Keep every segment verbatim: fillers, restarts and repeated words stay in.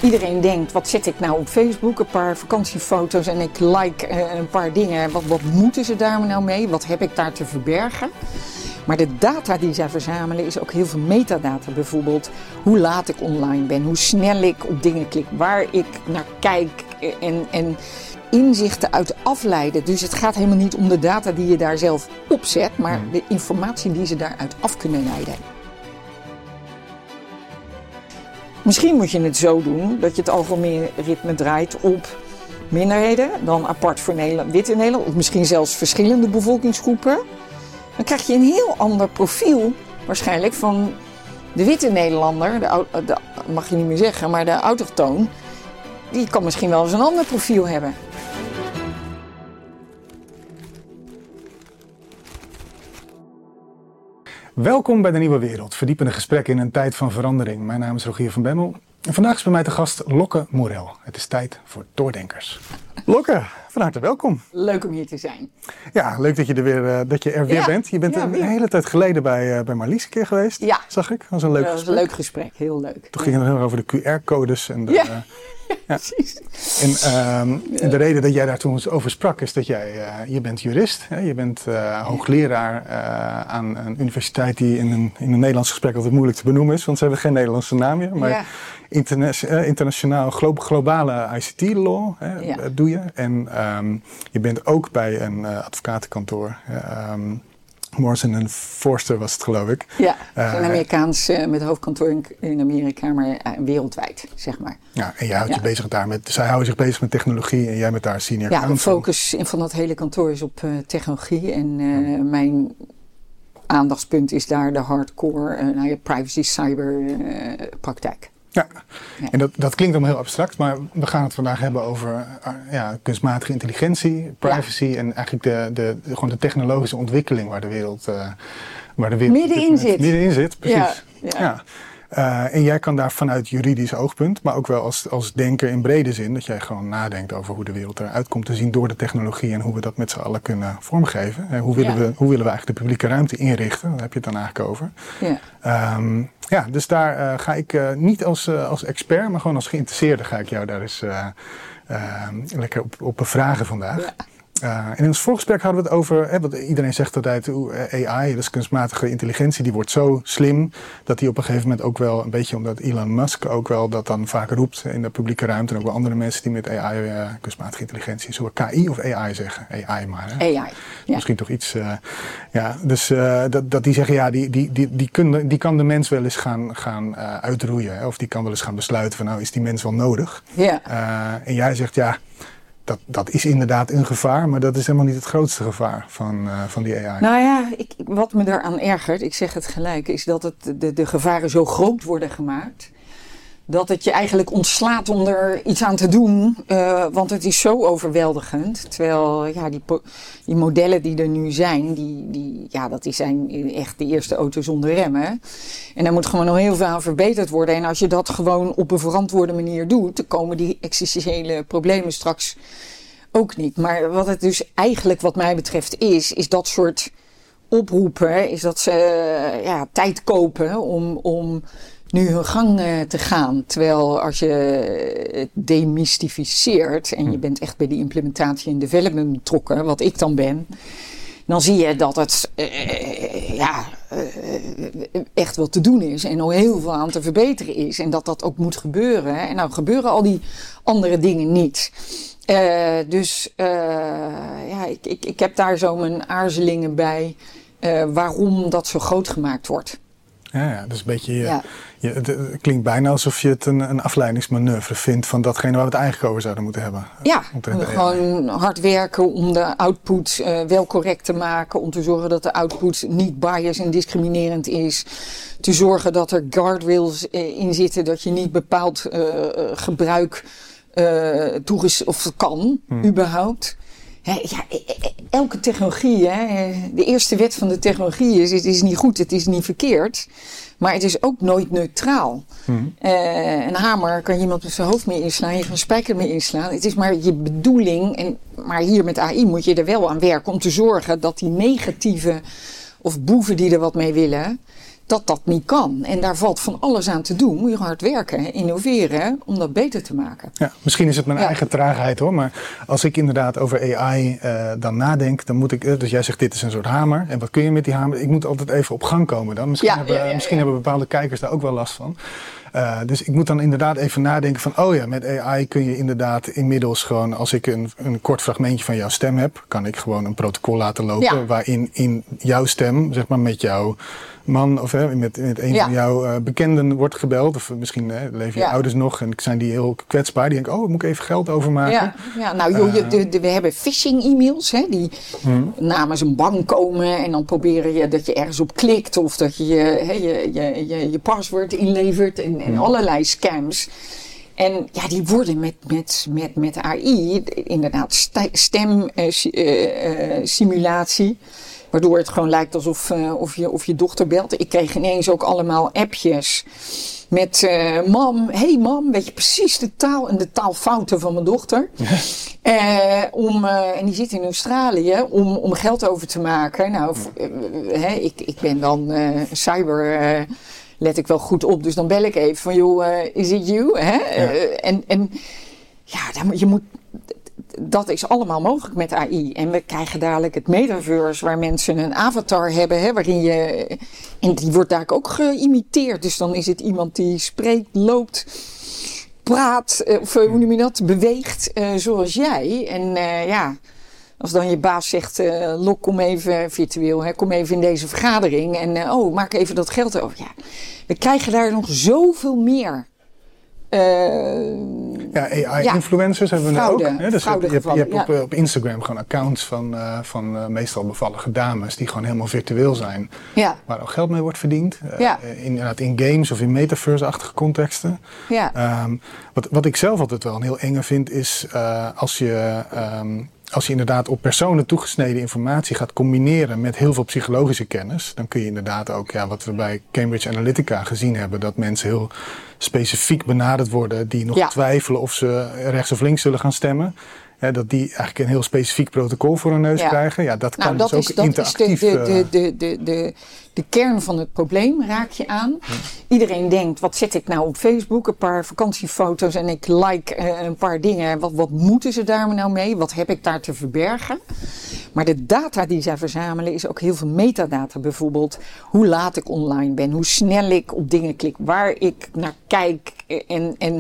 iedereen denkt, wat zet ik nou op Facebook? Een paar vakantiefoto's en ik like uh, een paar dingen. Wat, wat moeten ze daar nou mee? Wat heb ik daar te verbergen? Maar de data die zij verzamelen is ook heel veel metadata. Bijvoorbeeld hoe laat ik online ben, hoe snel ik op dingen klik, waar ik naar kijk en, en inzichten uit afleiden. Dus het gaat helemaal niet om de data die je daar zelf opzet, maar de informatie die ze daaruit af kunnen leiden. Misschien moet je het zo doen dat je het algoritme draait op minderheden, dan apart voor Nederland, witte Nederland, of misschien zelfs verschillende bevolkingsgroepen. Dan krijg je een heel ander profiel waarschijnlijk van de witte Nederlander, de, de, mag je niet meer zeggen, maar de autochtoon, die kan misschien wel eens een ander profiel hebben. Welkom bij de Nieuwe Wereld, verdiepende gesprekken in een tijd van verandering. Mijn naam is Rogier van Bemmel en vandaag is bij mij te gast Lokke Morel. Het is tijd voor Doordenkers. Lokke, van harte welkom. Leuk om hier te zijn. Ja, leuk dat je er weer, uh, dat je er weer ja, bent. Je bent ja, een weer. hele tijd geleden bij, uh, bij Marlies een keer geweest, ja. zag ik. Dat was een leuk dat gesprek. was een leuk gesprek, heel leuk. Toen ging het heel erg over de Q R-codes. En de, ja. Uh, ja, precies. En, uh, en de reden dat jij daar toen over sprak is dat jij, uh, je bent jurist. Hè? Je bent uh, hoogleraar uh, aan een universiteit die in een, in een Nederlands gesprek altijd moeilijk te benoemen is. Want ze hebben geen Nederlandse naam meer. Maar ja. interna- uh, internationaal glo- globale I C T-law hè, ja. doe je. En um, je bent ook bij een uh, advocatenkantoor. Uh, um, Morrison en Foerster was het, geloof ik. Ja, uh, een Amerikaans uh, met hoofdkantoor in, in Amerika, maar uh, wereldwijd, zeg maar. Ja, en jij houdt ja. je bezig daar met, zij houden zich bezig met technologie en jij met daar senior Ja, counsel. de focus van dat hele kantoor is op uh, technologie en uh, ja. mijn aandachtspunt is daar de hardcore uh, nou ja, privacy cyber uh, praktijk. Ja, ja. en dat, dat klinkt allemaal heel abstract, maar we gaan het vandaag hebben over uh, ja, kunstmatige intelligentie, privacy ja. en eigenlijk de, de, de, gewoon de technologische ontwikkeling waar de wereld, uh, waar de wereld middenin zit. Middenin zit, precies. Ja, ja. Ja. Uh, en jij kan daar vanuit juridisch oogpunt, maar ook wel als, als denker in brede zin, dat jij gewoon nadenkt over hoe de wereld eruit komt te zien door de technologie en hoe we dat met z'n allen kunnen vormgeven. En hoe willen, ja. we, hoe willen we eigenlijk de publieke ruimte inrichten? Daar heb je het dan eigenlijk over. Ja, um, ja dus daar uh, ga ik uh, niet als, uh, als expert, maar gewoon als geïnteresseerde ga ik jou daar eens uh, uh, lekker op, op bevragen vandaag. Ja. Uh, en in ons voorgesprek hadden we het over, hè, wat iedereen zegt altijd, A I, dus kunstmatige intelligentie, die wordt zo slim dat die op een gegeven moment ook wel, een beetje omdat Elon Musk ook wel dat dan vaak roept in de publieke ruimte en ook wel andere mensen die met A I, uh, kunstmatige intelligentie, zullen we K I of A I zeggen? A I maar. Hè? A I, ja. Misschien toch iets, uh, ja, dus uh, dat, dat die zeggen, ja, die, die, die, die, kun, die kan de mens wel eens gaan, gaan uh, uitroeien, hè, of die kan wel eens gaan besluiten van, nou, is die mens wel nodig? Ja. Uh, en jij zegt, ja, Dat, dat is inderdaad een gevaar, maar dat is helemaal niet het grootste gevaar van, uh, van die A I. Nou ja, ik, wat me daaraan ergert, ik zeg het gelijk, is dat het, de, de gevaren zo groot worden gemaakt. Dat het je eigenlijk ontslaat om er iets aan te doen, uh, want het is zo overweldigend. Terwijl ja, die, die modellen die er nu zijn, die, die, ja, dat zijn echt de eerste auto's zonder remmen. En daar moet gewoon nog heel veel aan verbeterd worden. En als je dat gewoon op een verantwoorde manier doet, dan komen die existentiële problemen straks ook niet. Maar wat het dus eigenlijk wat mij betreft is, is dat soort oproepen, is dat ze uh, ja, tijd kopen om... om nu hun gang uh, te gaan. Terwijl als je het demystificeert en je bent echt bij die implementatie en development betrokken, wat ik dan ben, dan zie je dat het uh, ja, uh, echt wel te doen is en nog heel veel aan te verbeteren is en dat dat ook moet gebeuren. En nou gebeuren al die andere dingen niet. Uh, dus uh, ja, ik, ik, ik heb daar zo mijn aarzelingen bij uh, waarom dat zo groot gemaakt wordt. Ja, ja, dus een beetje, je, ja. je, het, het klinkt bijna alsof je het een, een afleidingsmanoeuvre vindt van datgene waar we het eigenlijk over zouden moeten hebben. Ja, gewoon hard werken om de output uh, wel correct te maken, om te zorgen dat de output niet biased en discriminerend is. Te zorgen dat er guardrails uh, in zitten, dat je niet bepaald uh, gebruik uh, toeges- of kan, hmm. überhaupt. He, ja, elke technologie, hè, de eerste wet van de technologie is, het is niet goed, het is niet verkeerd, maar het is ook nooit neutraal. Mm-hmm. Uh, een hamer kan je iemand met zijn hoofd mee inslaan, je kan een spijker mee inslaan. Het is maar je bedoeling, en, maar hier met A I moet je er wel aan werken om te zorgen dat die negatieve of boeven die er wat mee willen, dat dat niet kan. En daar valt van alles aan te doen. Moet je hard werken, innoveren, om dat beter te maken. Ja, misschien is het mijn ja. eigen traagheid hoor. Maar als ik inderdaad over A I uh, dan nadenk, dan moet ik... Dus jij zegt dit is een soort hamer. En wat kun je met die hamer? Ik moet altijd even op gang komen dan. Misschien, ja, hebben, ja, ja, misschien ja. hebben bepaalde kijkers daar ook wel last van. Uh, dus ik moet dan inderdaad even nadenken van... oh ja, met A I kun je inderdaad inmiddels gewoon... als ik een, een kort fragmentje van jouw stem heb... kan ik gewoon een protocol laten lopen... Ja. waarin in jouw stem, zeg maar met jouw man... of hè, met, met een ja. van jouw uh, bekenden wordt gebeld... of misschien hè, leven je ja. ouders nog... en zijn die heel kwetsbaar. Die denken, oh, moet ik even geld overmaken? Ja, ja nou joh, je, de, de, we hebben phishing-e-mails... Hè, die hmm. namens een bank komen... en dan proberen je dat je ergens op klikt... of dat je hè, je, je, je, je paswoord inlevert... en En allerlei scams. En ja, die worden met, met, met, met A I inderdaad stemsimulatie. Uh, uh, waardoor het gewoon lijkt alsof uh, of je, of je dochter belt. Ik kreeg ineens ook allemaal appjes met uh, mam, hey mam, weet je precies de taal en de taalfouten van mijn dochter. Ja. Uh, om, uh, en die zit in Australië om, om geld over te maken. Nou, uh, uh, uh, ik, ik ben dan uh, cyber... Uh, let ik wel goed op, dus dan bel ik even van, joh, uh, is it you? Hè? Ja. Uh, en, en ja, je moet, dat is allemaal mogelijk met A I. En we krijgen dadelijk het metaverse, waar mensen een avatar hebben, hè, waarin je, en die wordt daar ook geïmiteerd. Dus dan is het iemand die spreekt, loopt, praat, uh, of hoe noem je dat, beweegt, uh, zoals jij. En uh, ja... Als dan je baas zegt, uh, Lok, kom even virtueel, hè, kom even in deze vergadering. En uh, oh, maak even dat geld over. Ja, we krijgen daar nog zoveel meer. Uh, ja, A I-influencers ja, hebben we ook. Hè? Dus je, je, hebt, je hebt ja. op, op Instagram gewoon accounts van, uh, van uh, meestal bevallige dames die gewoon helemaal virtueel zijn. Ja. Waar ook geld mee wordt verdiend. Uh, ja. in, in games of in metaverse-achtige contexten. Ja. Um, wat, wat ik zelf altijd wel een heel enge vind is uh, als je... Um, Als je inderdaad op personen toegesneden informatie gaat combineren met heel veel psychologische kennis, dan kun je inderdaad ook, ja, wat we bij Cambridge Analytica gezien hebben, dat mensen heel specifiek benaderd worden die nog ja. twijfelen of ze rechts of links zullen gaan stemmen. Ja, dat die eigenlijk een heel specifiek protocol voor hun neus ja. krijgen. Ja, dat kan nou, dat dus is, ook dat interactief... Dat is de, de, de, de, de, de kern van het probleem, raak je aan. Ja. Iedereen denkt, wat zet ik nou op Facebook? Een paar vakantiefoto's en ik like uh, een paar dingen. Wat, wat moeten ze daar nou mee? Wat heb ik daar te verbergen? Maar de data die zij verzamelen is ook heel veel metadata. Bijvoorbeeld hoe laat ik online ben, hoe snel ik op dingen klik, waar ik naar kijk. En, en,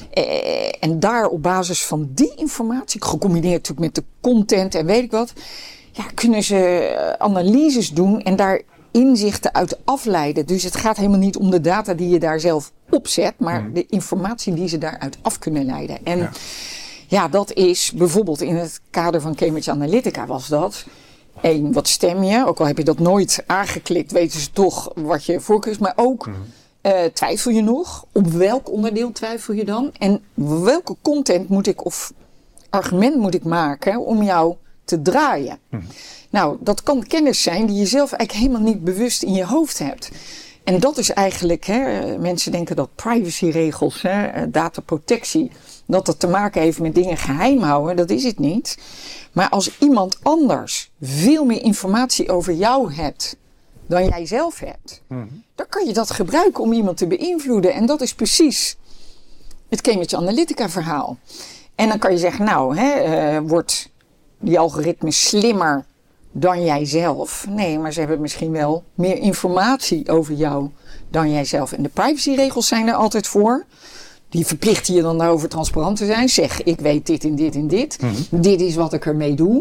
en daar op basis van die informatie, gecombineerd natuurlijk met de content en weet ik wat, ja, kunnen ze analyses doen en daar inzichten uit afleiden. Dus het gaat helemaal niet om de data die je daar zelf opzet, maar hmm. de informatie die ze daaruit af kunnen leiden. En ja. ja, dat is bijvoorbeeld in het kader van Cambridge Analytica was dat. Eén, wat stem je? Ook al heb je dat nooit aangeklikt, weten ze toch wat je voorkeur is. Maar ook, hmm. uh, twijfel je nog? Op welk onderdeel twijfel je dan? En welke content moet ik of argument moet ik maken om jou te draaien? Hmm. Nou, dat kan kennis zijn die je zelf eigenlijk helemaal niet bewust in je hoofd hebt. En dat is eigenlijk, hè, mensen denken dat privacyregels, hè, dataprotectie, dat dat te maken heeft met dingen geheim houden. Dat is het niet. Maar als iemand anders veel meer informatie over jou hebt dan jij zelf hebt, mm-hmm. dan kan je dat gebruiken om iemand te beïnvloeden. En dat is precies het Cambridge Analytica verhaal. En dan kan je zeggen, nou, hè, uh, wordt die algoritme slimmer dan jijzelf? Nee, maar ze hebben misschien wel meer informatie over jou dan jijzelf. En de privacyregels zijn er altijd voor. Die verplichten je dan daarover transparant te zijn. Zeg, ik weet dit en dit en dit. Mm-hmm. Dit is wat ik ermee doe.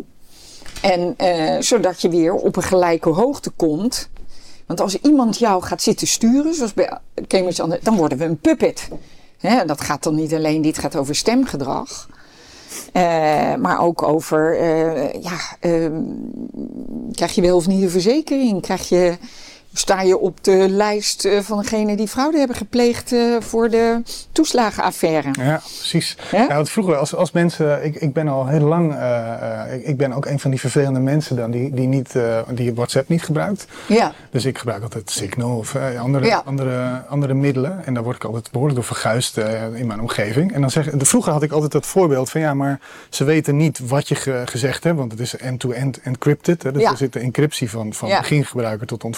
En uh, zodat je weer op een gelijke hoogte komt. Want als iemand jou gaat zitten sturen, zoals bij Cambridge Analytica, dan worden we een puppet. Hè, dat gaat dan niet alleen, dit gaat over stemgedrag. Uh, maar ook over, uh, ja, uh, krijg je wel of niet een verzekering? Krijg je, sta je op de lijst uh, van degene die fraude hebben gepleegd uh, voor de toeslagenaffaire? Ja, precies. Ja? Ja, want vroeger als, als mensen, ik, ik ben al heel lang, uh, uh, ik, ik ben ook een van die vervelende mensen dan die, die, niet, uh, die WhatsApp niet gebruikt. Ja. Dus ik gebruik altijd Signal of uh, andere, ja. andere, andere middelen. En daar word ik altijd behoorlijk door verguisd uh, in mijn omgeving. En dan zeg, vroeger had ik altijd dat voorbeeld van ja, maar ze weten niet wat je ge, gezegd hebt, want het is end-to-end encrypted. Hè, dus ja. er zit de encryptie van, van ja. begingebruiker tot ontvanger.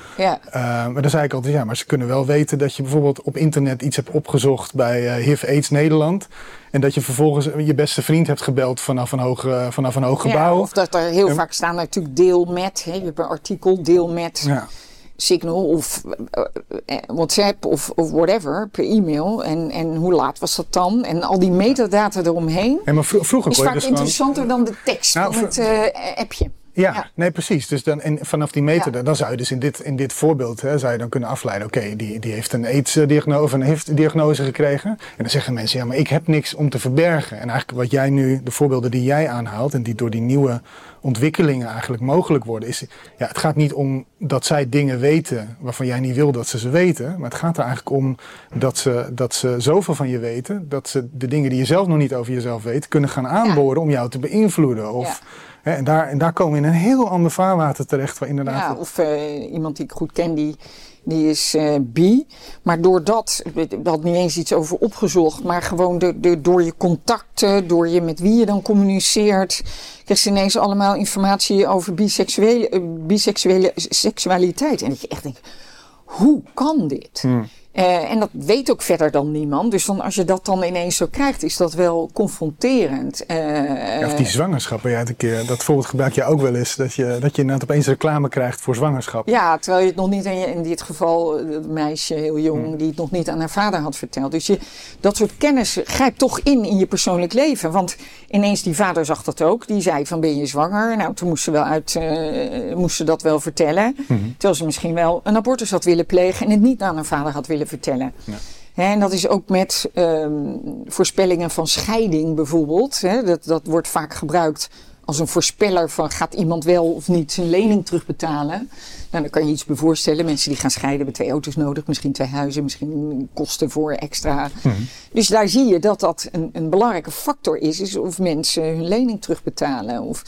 Ja. Uh, maar dan zei ik altijd, ja, maar ze kunnen wel weten dat je bijvoorbeeld op internet iets hebt opgezocht bij uh, H I V AIDS Nederland. En dat je vervolgens je beste vriend hebt gebeld vanaf een hoog, uh, vanaf een hoog gebouw. Ja, of dat er heel en, vaak staan natuurlijk deel met, hè, je hebt een artikel, deel met ja. Signal of uh, WhatsApp of, of whatever per e-mail. En, en hoe laat was dat dan? En al die metadata eromheen ja, maar vro- vroeger is vaak dus interessanter gewoon... dan de tekst nou, van het uh, appje. Ja, ja, nee, precies. Dus dan, en vanaf die meter, ja. dan zou je dus in dit, in dit voorbeeld hè, zou je dan kunnen afleiden. Oké, okay, die, die heeft een AIDS-diagnose, een heeft-diagnose gekregen. En dan zeggen mensen, ja, maar ik heb niks om te verbergen. En eigenlijk wat jij nu, de voorbeelden die jij aanhaalt en die door die nieuwe ontwikkelingen eigenlijk mogelijk worden, is, ja, het gaat niet om dat zij dingen weten waarvan jij niet wil dat ze ze weten. Maar het gaat er eigenlijk om dat ze, dat ze zoveel van je weten, dat ze de dingen die je zelf nog niet over jezelf weet, kunnen gaan aanboren ja. om jou te beïnvloeden. Of, ja. Hè, en, daar, en daar komen we in een heel ander vaarwater terecht. Waar inderdaad ja, of uh, iemand die ik goed ken, die, die is uh, bi. Maar doordat, ik had niet eens iets over opgezocht, maar gewoon de, de, door je contacten, door je met wie je dan communiceert, krijg je ineens allemaal informatie over biseksuele, uh, biseksuele seksualiteit. En dat je echt denkt, hoe kan dit? Hmm. Uh, en dat weet ook verder dan niemand. Dus dan, als je dat dan ineens zo krijgt, is dat wel confronterend. Uh, ja, of die zwangerschap, ben jij het een keer, dat voorbeeld gebruik je ook wel eens. Dat je, dat je inderdaad opeens reclame krijgt voor zwangerschap. Ja, terwijl je het nog niet, in, in dit geval, het meisje heel jong, hmm. die het nog niet aan haar vader had verteld. Dus je, dat soort kennis grijpt toch in in je persoonlijk leven. Want ineens die vader zag dat ook. Die zei van, ben je zwanger? Nou, toen moest ze, wel uit, uh, moest ze dat wel vertellen. Hmm. Terwijl ze misschien wel een abortus had willen plegen en het niet aan haar vader had willen vertellen. Ja. He, en dat is ook met um, voorspellingen van scheiding bijvoorbeeld. He, dat, dat wordt vaak gebruikt als een voorspeller van gaat iemand wel of niet zijn lening terugbetalen. Nou, dan kan je iets bij voorstellen. Mensen die gaan scheiden hebben twee auto's nodig, misschien twee huizen, misschien kosten voor extra. Mm-hmm. Dus daar zie je dat dat een, een belangrijke factor is, is of mensen hun lening terugbetalen. Of...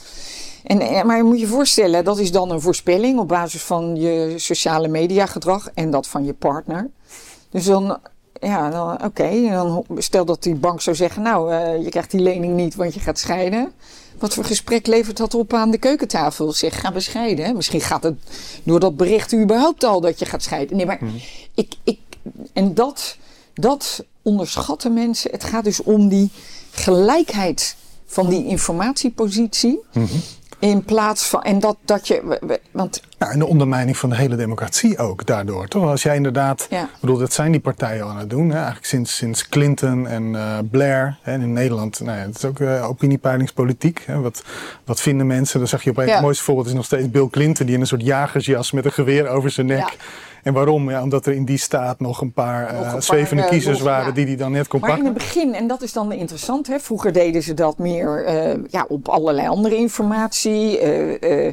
En, maar je moet je voorstellen, dat is dan een voorspelling op basis van je sociale media gedrag en dat van je partner. Dus dan, ja, dan oké, okay, dan stel dat die bank zou zeggen, nou, uh, je krijgt die lening niet, want je gaat scheiden. Wat voor gesprek levert dat op aan de keukentafel? Zeg, gaan we scheiden? Misschien gaat het door dat bericht überhaupt al dat je gaat scheiden. Nee, maar mm-hmm. ik, ik, en dat, dat onderschatten mensen. Het gaat dus om die gelijkheid van die informatiepositie. Mm-hmm. In plaats van, en dat, dat je, want... Ja, en de ondermijning van de hele democratie ook daardoor, toch? Als jij inderdaad, ja. ik bedoel, dat zijn die partijen al aan het doen, hè? Eigenlijk sinds, sinds Clinton en uh, Blair, hè? En in Nederland, nou ja, het is ook uh, opiniepeilingspolitiek, hè? Wat, wat vinden mensen? Dan zag je op een ja. het mooiste voorbeeld is nog steeds Bill Clinton, die in een soort jagersjas met een geweer over zijn nek... Ja. En waarom? Ja, omdat er in die staat nog een paar, nog uh, zwevende paar, kiezers nog, waren ja. die die dan net kon maar pakken. Maar in het begin, en dat is dan interessant, hè, vroeger deden ze dat meer uh, ja, op allerlei andere informatie. Uh, uh,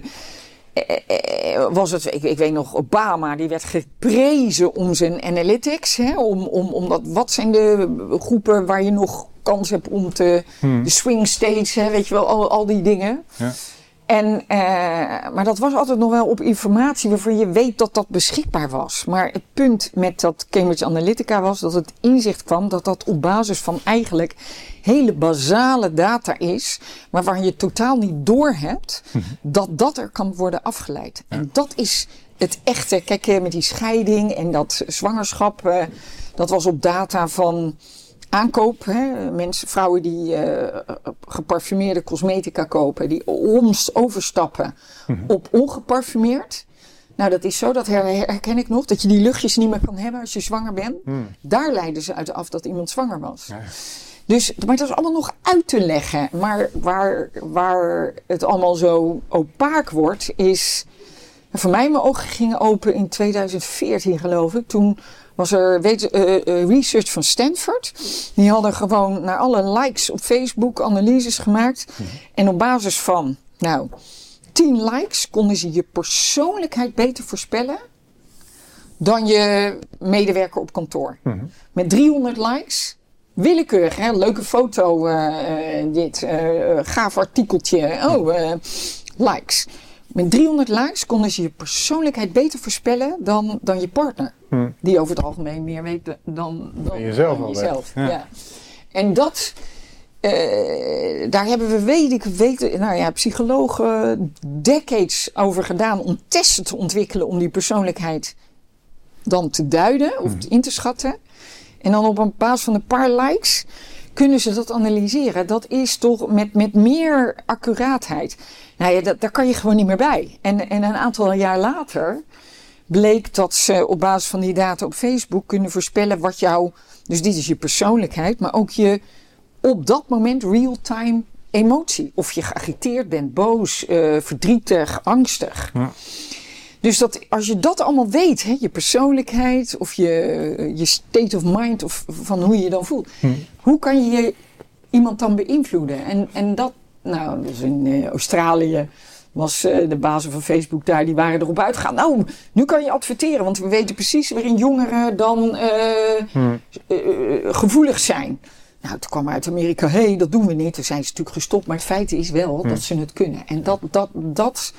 uh, was het, ik, ik weet nog, Obama, die werd geprezen om zijn analytics. Hè, om, om, om dat, wat zijn de groepen waar je nog kans hebt om te... Hmm. De swing states, hè, weet je wel, al, al die dingen. Ja. En, uh, maar dat was altijd nog wel op informatie waarvan je weet dat dat beschikbaar was. Maar het punt met dat Cambridge Analytica was dat het inzicht kwam dat dat op basis van eigenlijk hele basale data is, waarvan je totaal niet doorhebt mm-hmm. dat dat er kan worden afgeleid. Ja. En dat is het echte. Kijk, met die scheiding en dat zwangerschap, uh, dat was op data van... Aankoop, hè? Mensen, vrouwen die uh, geparfumeerde cosmetica kopen, die ons overstappen mm-hmm. op ongeparfumeerd. Nou, dat is zo, dat herken ik nog, dat je die luchtjes niet meer kan hebben als je zwanger bent. Mm. Daar leiden ze uit af dat iemand zwanger was. Ja. Dus, maar dat is allemaal nog uit te leggen. Maar waar, waar het allemaal zo opaak wordt, is... Voor mij mijn ogen gingen open in tweeduizend veertien, geloof ik. Toen was er weet, uh, uh, research van Stanford. Die hadden gewoon naar alle likes op Facebook analyses gemaakt. Mm-hmm. En op basis van, nou, tien likes konden ze je persoonlijkheid beter voorspellen dan je medewerker op kantoor. Mm-hmm. Met driehonderd likes, willekeurig, hè, leuke foto, uh, uh, dit, uh, gaaf artikeltje, oh, uh, likes. Met driehonderd likes konden ze je persoonlijkheid beter voorspellen dan, dan je partner. Hmm. Die over het algemeen meer weet dan, dan, dan jezelf. Dan jezelf. Ja. Ja. En dat, uh, daar hebben we, weet ik, weet, nou ja, psychologen decades over gedaan om testen te ontwikkelen om die persoonlijkheid dan te duiden of in te schatten. En dan op een basis van een paar likes kunnen ze dat analyseren. Dat is toch met, met meer accuraatheid. Nou ja, dat, daar kan je gewoon niet meer bij. En, en een aantal jaar later bleek dat ze op basis van die data op Facebook kunnen voorspellen wat jouw, dus dit is je persoonlijkheid, maar ook je op dat moment real-time emotie. Of je geagiteerd bent, boos, uh, verdrietig, angstig. Ja. Dus dat, als je dat allemaal weet, hè, je persoonlijkheid of je, je state of mind of van hoe je je dan voelt. Hm. Hoe kan je iemand dan beïnvloeden? En, en dat, nou, dus in uh, Australië was uh, de bazen van Facebook daar, die waren erop uitgegaan. Nou, nu kan je adverteren, want we weten precies waarin jongeren dan uh, hm. uh, gevoelig zijn. Nou, toen kwam uit Amerika, hé, hey, dat doen we niet. Toen zijn ze natuurlijk gestopt, maar het feit is wel hm. dat ze het kunnen. En dat, dat, dat,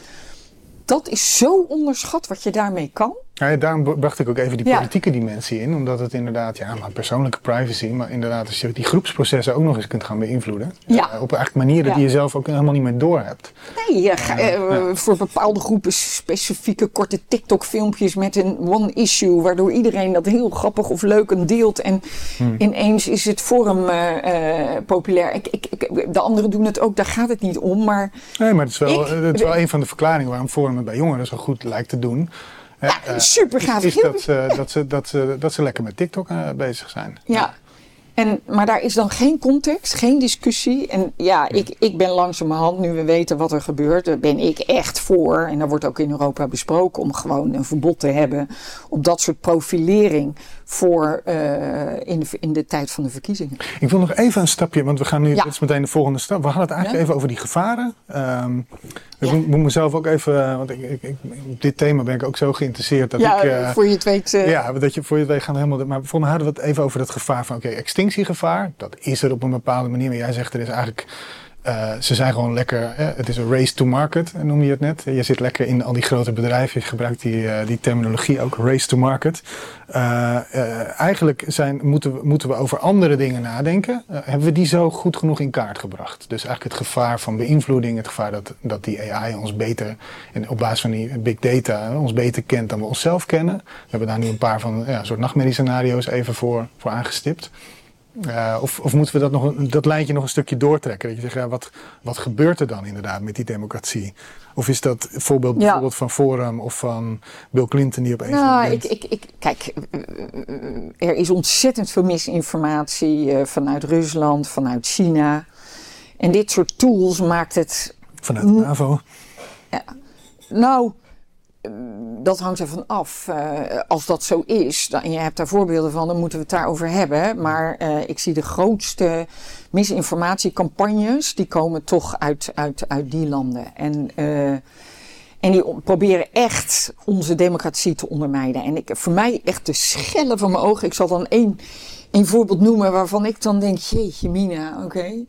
dat is zo onderschat wat je daarmee kan. Ja, ja, daarom bracht ik ook even die politieke ja. dimensie in. Omdat het inderdaad, ja, maar persoonlijke privacy. Maar inderdaad, als je die groepsprocessen ook nog eens kunt gaan beïnvloeden. Ja. Uh, op eigenlijk manieren ja. die je zelf ook helemaal niet meer doorhebt. Nee, ja, ga, uh, ja. voor bepaalde groepen specifieke korte TikTok-filmpjes met een one-issue. Waardoor iedereen dat heel grappig of leuk en deelt. En hmm. ineens is het forum uh, uh, populair. Ik, ik, ik, de anderen doen het ook, daar gaat het niet om. Maar nee, maar het is wel, ik, het is wel een van de verklaringen waarom forum bij jongeren zo goed lijkt te doen. Ja, super gaaf. Is, is dat, uh, dat, ze, dat, ze, dat ze lekker met TikTok uh, bezig zijn. Ja, en, maar daar is dan geen context, geen discussie. En ja, ik, ik ben langzamerhand, nu we weten wat er gebeurt, daar ben ik echt voor. En dat wordt ook in Europa besproken om gewoon een verbod te hebben op dat soort profilering voor uh, in, de, in de tijd van de verkiezingen. Ik wil nog even een stapje, want we gaan nu, ja. dit is meteen de volgende stap. We hadden het eigenlijk ja. even over die gevaren. Um, ik ja. moet mezelf ook even, want ik, ik, ik, op dit thema ben ik ook zo geïnteresseerd dat ja, ik... Uh, voor je het weet... Uh, ja, dat je voor je het weet gaan we helemaal... Maar volgens mij hadden we het even over dat gevaar van, oké, okay, extinctiegevaar. Dat is er op een bepaalde manier, maar jij zegt er is eigenlijk... Uh, ze zijn gewoon lekker, eh, het is een race to market, noem je het net. Je zit lekker in al die grote bedrijven, je gebruikt die, uh, die terminologie ook, race to market. Uh, uh, eigenlijk zijn, moeten, we, moeten we over andere dingen nadenken. Uh, hebben we die zo goed genoeg in kaart gebracht? Dus eigenlijk het gevaar van beïnvloeding, het gevaar dat, dat die A I ons beter, en op basis van die big data, uh, ons beter kent dan we onszelf kennen. We hebben daar nu een paar van, ja, soort nachtmerriescenario's even voor, voor aangestipt. Uh, of, of moeten we dat, nog, dat lijntje nog een stukje doortrekken? Dat je zegt, ja, wat, wat gebeurt er dan inderdaad met die democratie? Of is dat een voorbeeld ja. bijvoorbeeld van Forum of van Bill Clinton die opeens... Nou, ik, ik, ik, kijk, er is ontzettend veel misinformatie uh, vanuit Rusland, vanuit China. En dit soort tools maakt het... Vanuit de NAVO? Ja, nou... Dat hangt ervan af. Uh, als dat zo is, dan, en je hebt daar voorbeelden van, dan moeten we het daarover hebben. Maar uh, ik zie de grootste misinformatiecampagnes, die komen toch uit, uit, uit die landen. En, uh, en die proberen echt onze democratie te ondermijnen. En ik, voor mij echt de schellen van mijn ogen. Ik zal dan één, één voorbeeld noemen waarvan ik dan denk, jeetje mina, oké. Okay.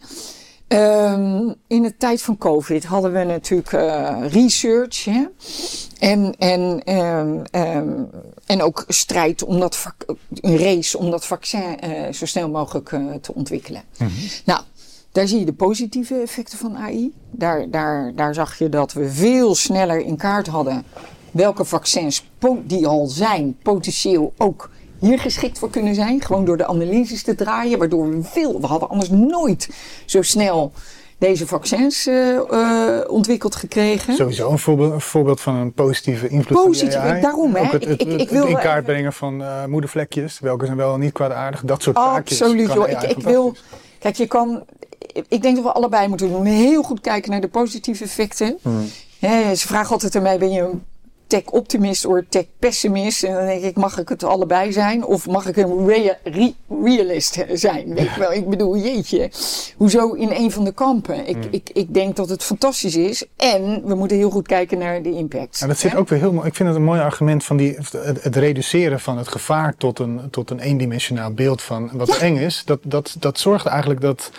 Um, in de tijd van COVID hadden we natuurlijk uh, research hè? En, en, um, um, en ook strijd om dat vac- een race om dat vaccin uh, zo snel mogelijk uh, te ontwikkelen. Mm-hmm. Nou, daar zie je de positieve effecten van A I. Daar, daar, daar zag je dat we veel sneller in kaart hadden welke vaccins po- die al zijn potentieel ook hier geschikt voor kunnen zijn. Gewoon door de analyses te draaien. Waardoor we veel... We hadden anders nooit zo snel deze vaccins uh, uh, ontwikkeld gekregen. Sowieso een voorbeeld, een voorbeeld van een positieve invloed Positief, van de A I. Daarom, hè. Ook het, het, ik, ik, ik wil, het in kaart even... brengen van uh, moedervlekjes. Welke zijn wel en niet kwaadaardig. Dat soort taakjes. Absoluut, joh. Ik, ik wil... Kijk, je kan... Ik denk dat we allebei moeten doen. Heel goed kijken naar de positieve effecten. Hmm. He, ze vragen altijd aan mij, ben je een tech-optimist of tech-pessimist? En dan denk ik, mag ik het allebei zijn? Of mag ik een rea- re- realist zijn? Weet je wel, ik bedoel, jeetje. Hoezo in een van de kampen? Ik, mm. ik, ik denk dat het fantastisch is. En we moeten heel goed kijken naar de impact. En dat zit hè? ook weer heel mooi. Ik vind het een mooi argument van die, het, het reduceren van het gevaar tot een, tot een eendimensionaal beeld van wat ja. eng is. Dat, dat, dat zorgt eigenlijk dat...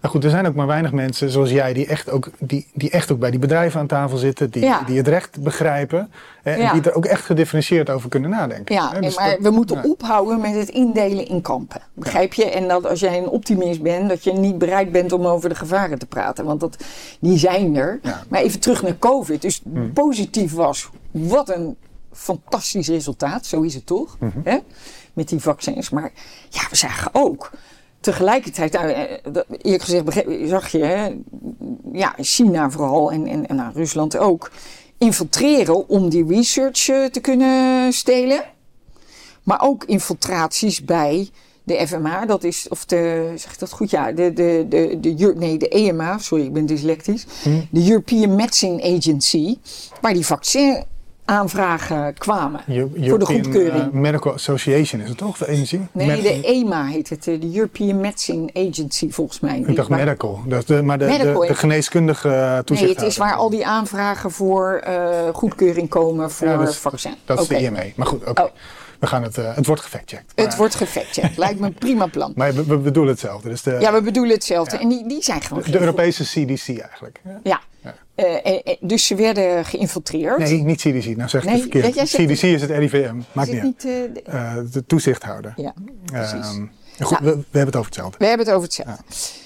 Nou goed, er zijn ook maar weinig mensen zoals jij die echt ook, die, die echt ook bij die bedrijven aan tafel zitten, die, ja. die het recht begrijpen hè, en ja. die er ook echt gedifferentieerd over kunnen nadenken. Ja, hè, dus maar dat, we moeten ja. ophouden met het indelen in kampen. Begrijp je? En dat als jij een optimist bent, dat je niet bereid bent om over de gevaren te praten. Want dat, die zijn er. Ja. Maar even terug naar COVID. Dus hmm. positief was, wat een fantastisch resultaat. Zo is het toch? Mm-hmm. Hè? Met die vaccins. Maar ja, we zagen ook tegelijkertijd, eerlijk gezegd zag je, hè, ja, China vooral en, en, en nou, Rusland ook, infiltreren om die research uh, te kunnen stelen. Maar ook infiltraties bij de F M A, dat is, of de, zeg ik dat goed? Ja, de, de, de, de, nee, de E M A, sorry, ik ben dyslectisch. Hmm. De European Medicine Agency, waar die vaccin aanvragen kwamen European, voor de goedkeuring. Uh, Medical Association is het toch, de agency? Nee, Med- de E M A heet het, de European Medicine Agency volgens mij. Ik dacht waar, medical, dat de, maar de, medical, de, de geneeskundige toezichthouder. Nee, het is waar al die aanvragen voor uh, goedkeuring komen voor ja, dat vaccin. Dat is okay. De I M A, maar goed, oké. Okay. Oh. We gaan het, uh, het wordt gefactcheckt. Maar... Het wordt gefactcheckt, lijkt me een prima plan. Maar we, we bedoelen hetzelfde. Dus de, ja, we bedoelen hetzelfde. Ja. En die, die zijn gewoon... De, de Europese C D C eigenlijk. Ja. ja. ja. Uh, uh, dus ze werden geïnfiltreerd. Nee, niet C D C. Nou zeg ik nee, het verkeerd. Ja, C D C is het R I V M. Maakt niet uit. Uh, de... Uh, de toezichthouder. Ja, precies. Um, goed, nou, we, we hebben het over hetzelfde. We hebben het over hetzelfde.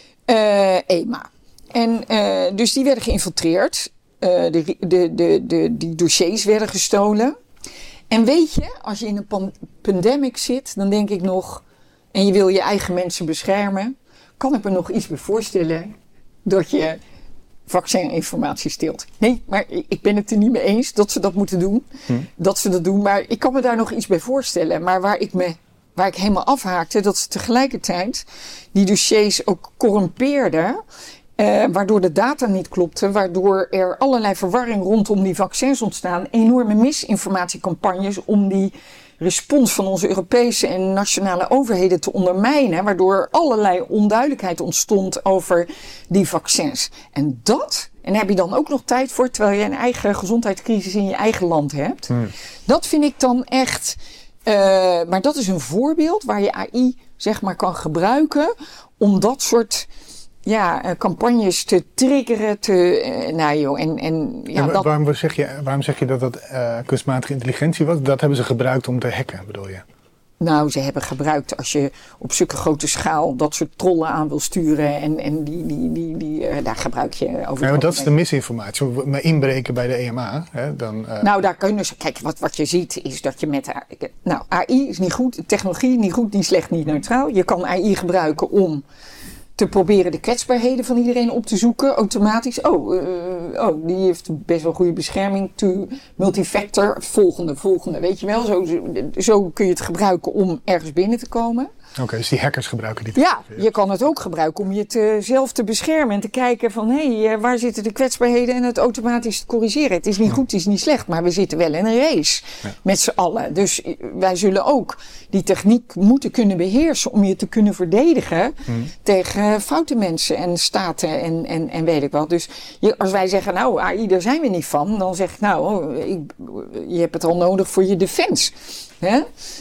Ja. Uh, E M A. En uh, dus die werden geïnfiltreerd. Uh, de, de, de, de, die dossiers werden gestolen. En weet je, als je in een pan- pandemic zit, dan denk ik nog, en je wil je eigen mensen beschermen, kan ik me nog iets bij voorstellen dat je vaccininformatie steelt. Nee, maar ik ben het er niet mee eens dat ze dat moeten doen. Hm. Dat ze dat doen, maar ik kan me daar nog iets bij voorstellen. Maar waar ik me, waar ik helemaal afhaakte, dat ze tegelijkertijd die dossiers ook corrumpeerden. Uh, waardoor de data niet klopte, waardoor er allerlei verwarring rondom die vaccins ontstaan. Enorme misinformatiecampagnes om die respons van onze Europese en nationale overheden te ondermijnen. Waardoor allerlei onduidelijkheid ontstond over die vaccins. En dat, en daar heb je dan ook nog tijd voor, terwijl je een eigen gezondheidscrisis in je eigen land hebt. Hmm. Dat vind ik dan echt, uh, maar dat is een voorbeeld waar je A I zeg maar kan gebruiken om dat soort... Ja, uh, campagnes te triggeren, te, uh, nou joh, en, en ja, en dat... waarom, zeg je, waarom zeg je dat dat uh, kunstmatige intelligentie was? Dat hebben ze gebruikt om te hacken, bedoel je? Nou, ze hebben gebruikt als je op zulke grote schaal dat soort trollen aan wil sturen en, en die, die, die, die, uh, daar gebruik je over. Ja, maar dat is de misinformatie. Maar inbreken bij de E M A, hè, dan... Uh... Nou, daar kunnen ze... Kijk, wat, wat je ziet is dat je met... Nou, A I is niet goed, technologie niet goed, niet slecht, niet neutraal. Je kan A I gebruiken om... te proberen de kwetsbaarheden van iedereen op te zoeken, automatisch. Oh, uh, oh die heeft best wel goede bescherming. To multifactor, volgende, volgende, weet je wel. Zo, zo kun je het gebruiken om ergens binnen te komen. Oké, okay, dus die hackers gebruiken die Ja, je kan het ook gebruiken om je te, zelf te beschermen en te kijken van, hé, hey, waar zitten de kwetsbaarheden en het automatisch te corrigeren. Het is niet goed, het is niet slecht, maar we zitten wel in een race ja. met z'n allen. Dus wij zullen ook die techniek moeten kunnen beheersen om je te kunnen verdedigen hmm. tegen foute mensen en staten en, en, en weet ik wat. Dus je, als wij zeggen, nou, A I, daar zijn we niet van, dan zeg ik, nou, ik, je hebt het al nodig voor je defense. Hè?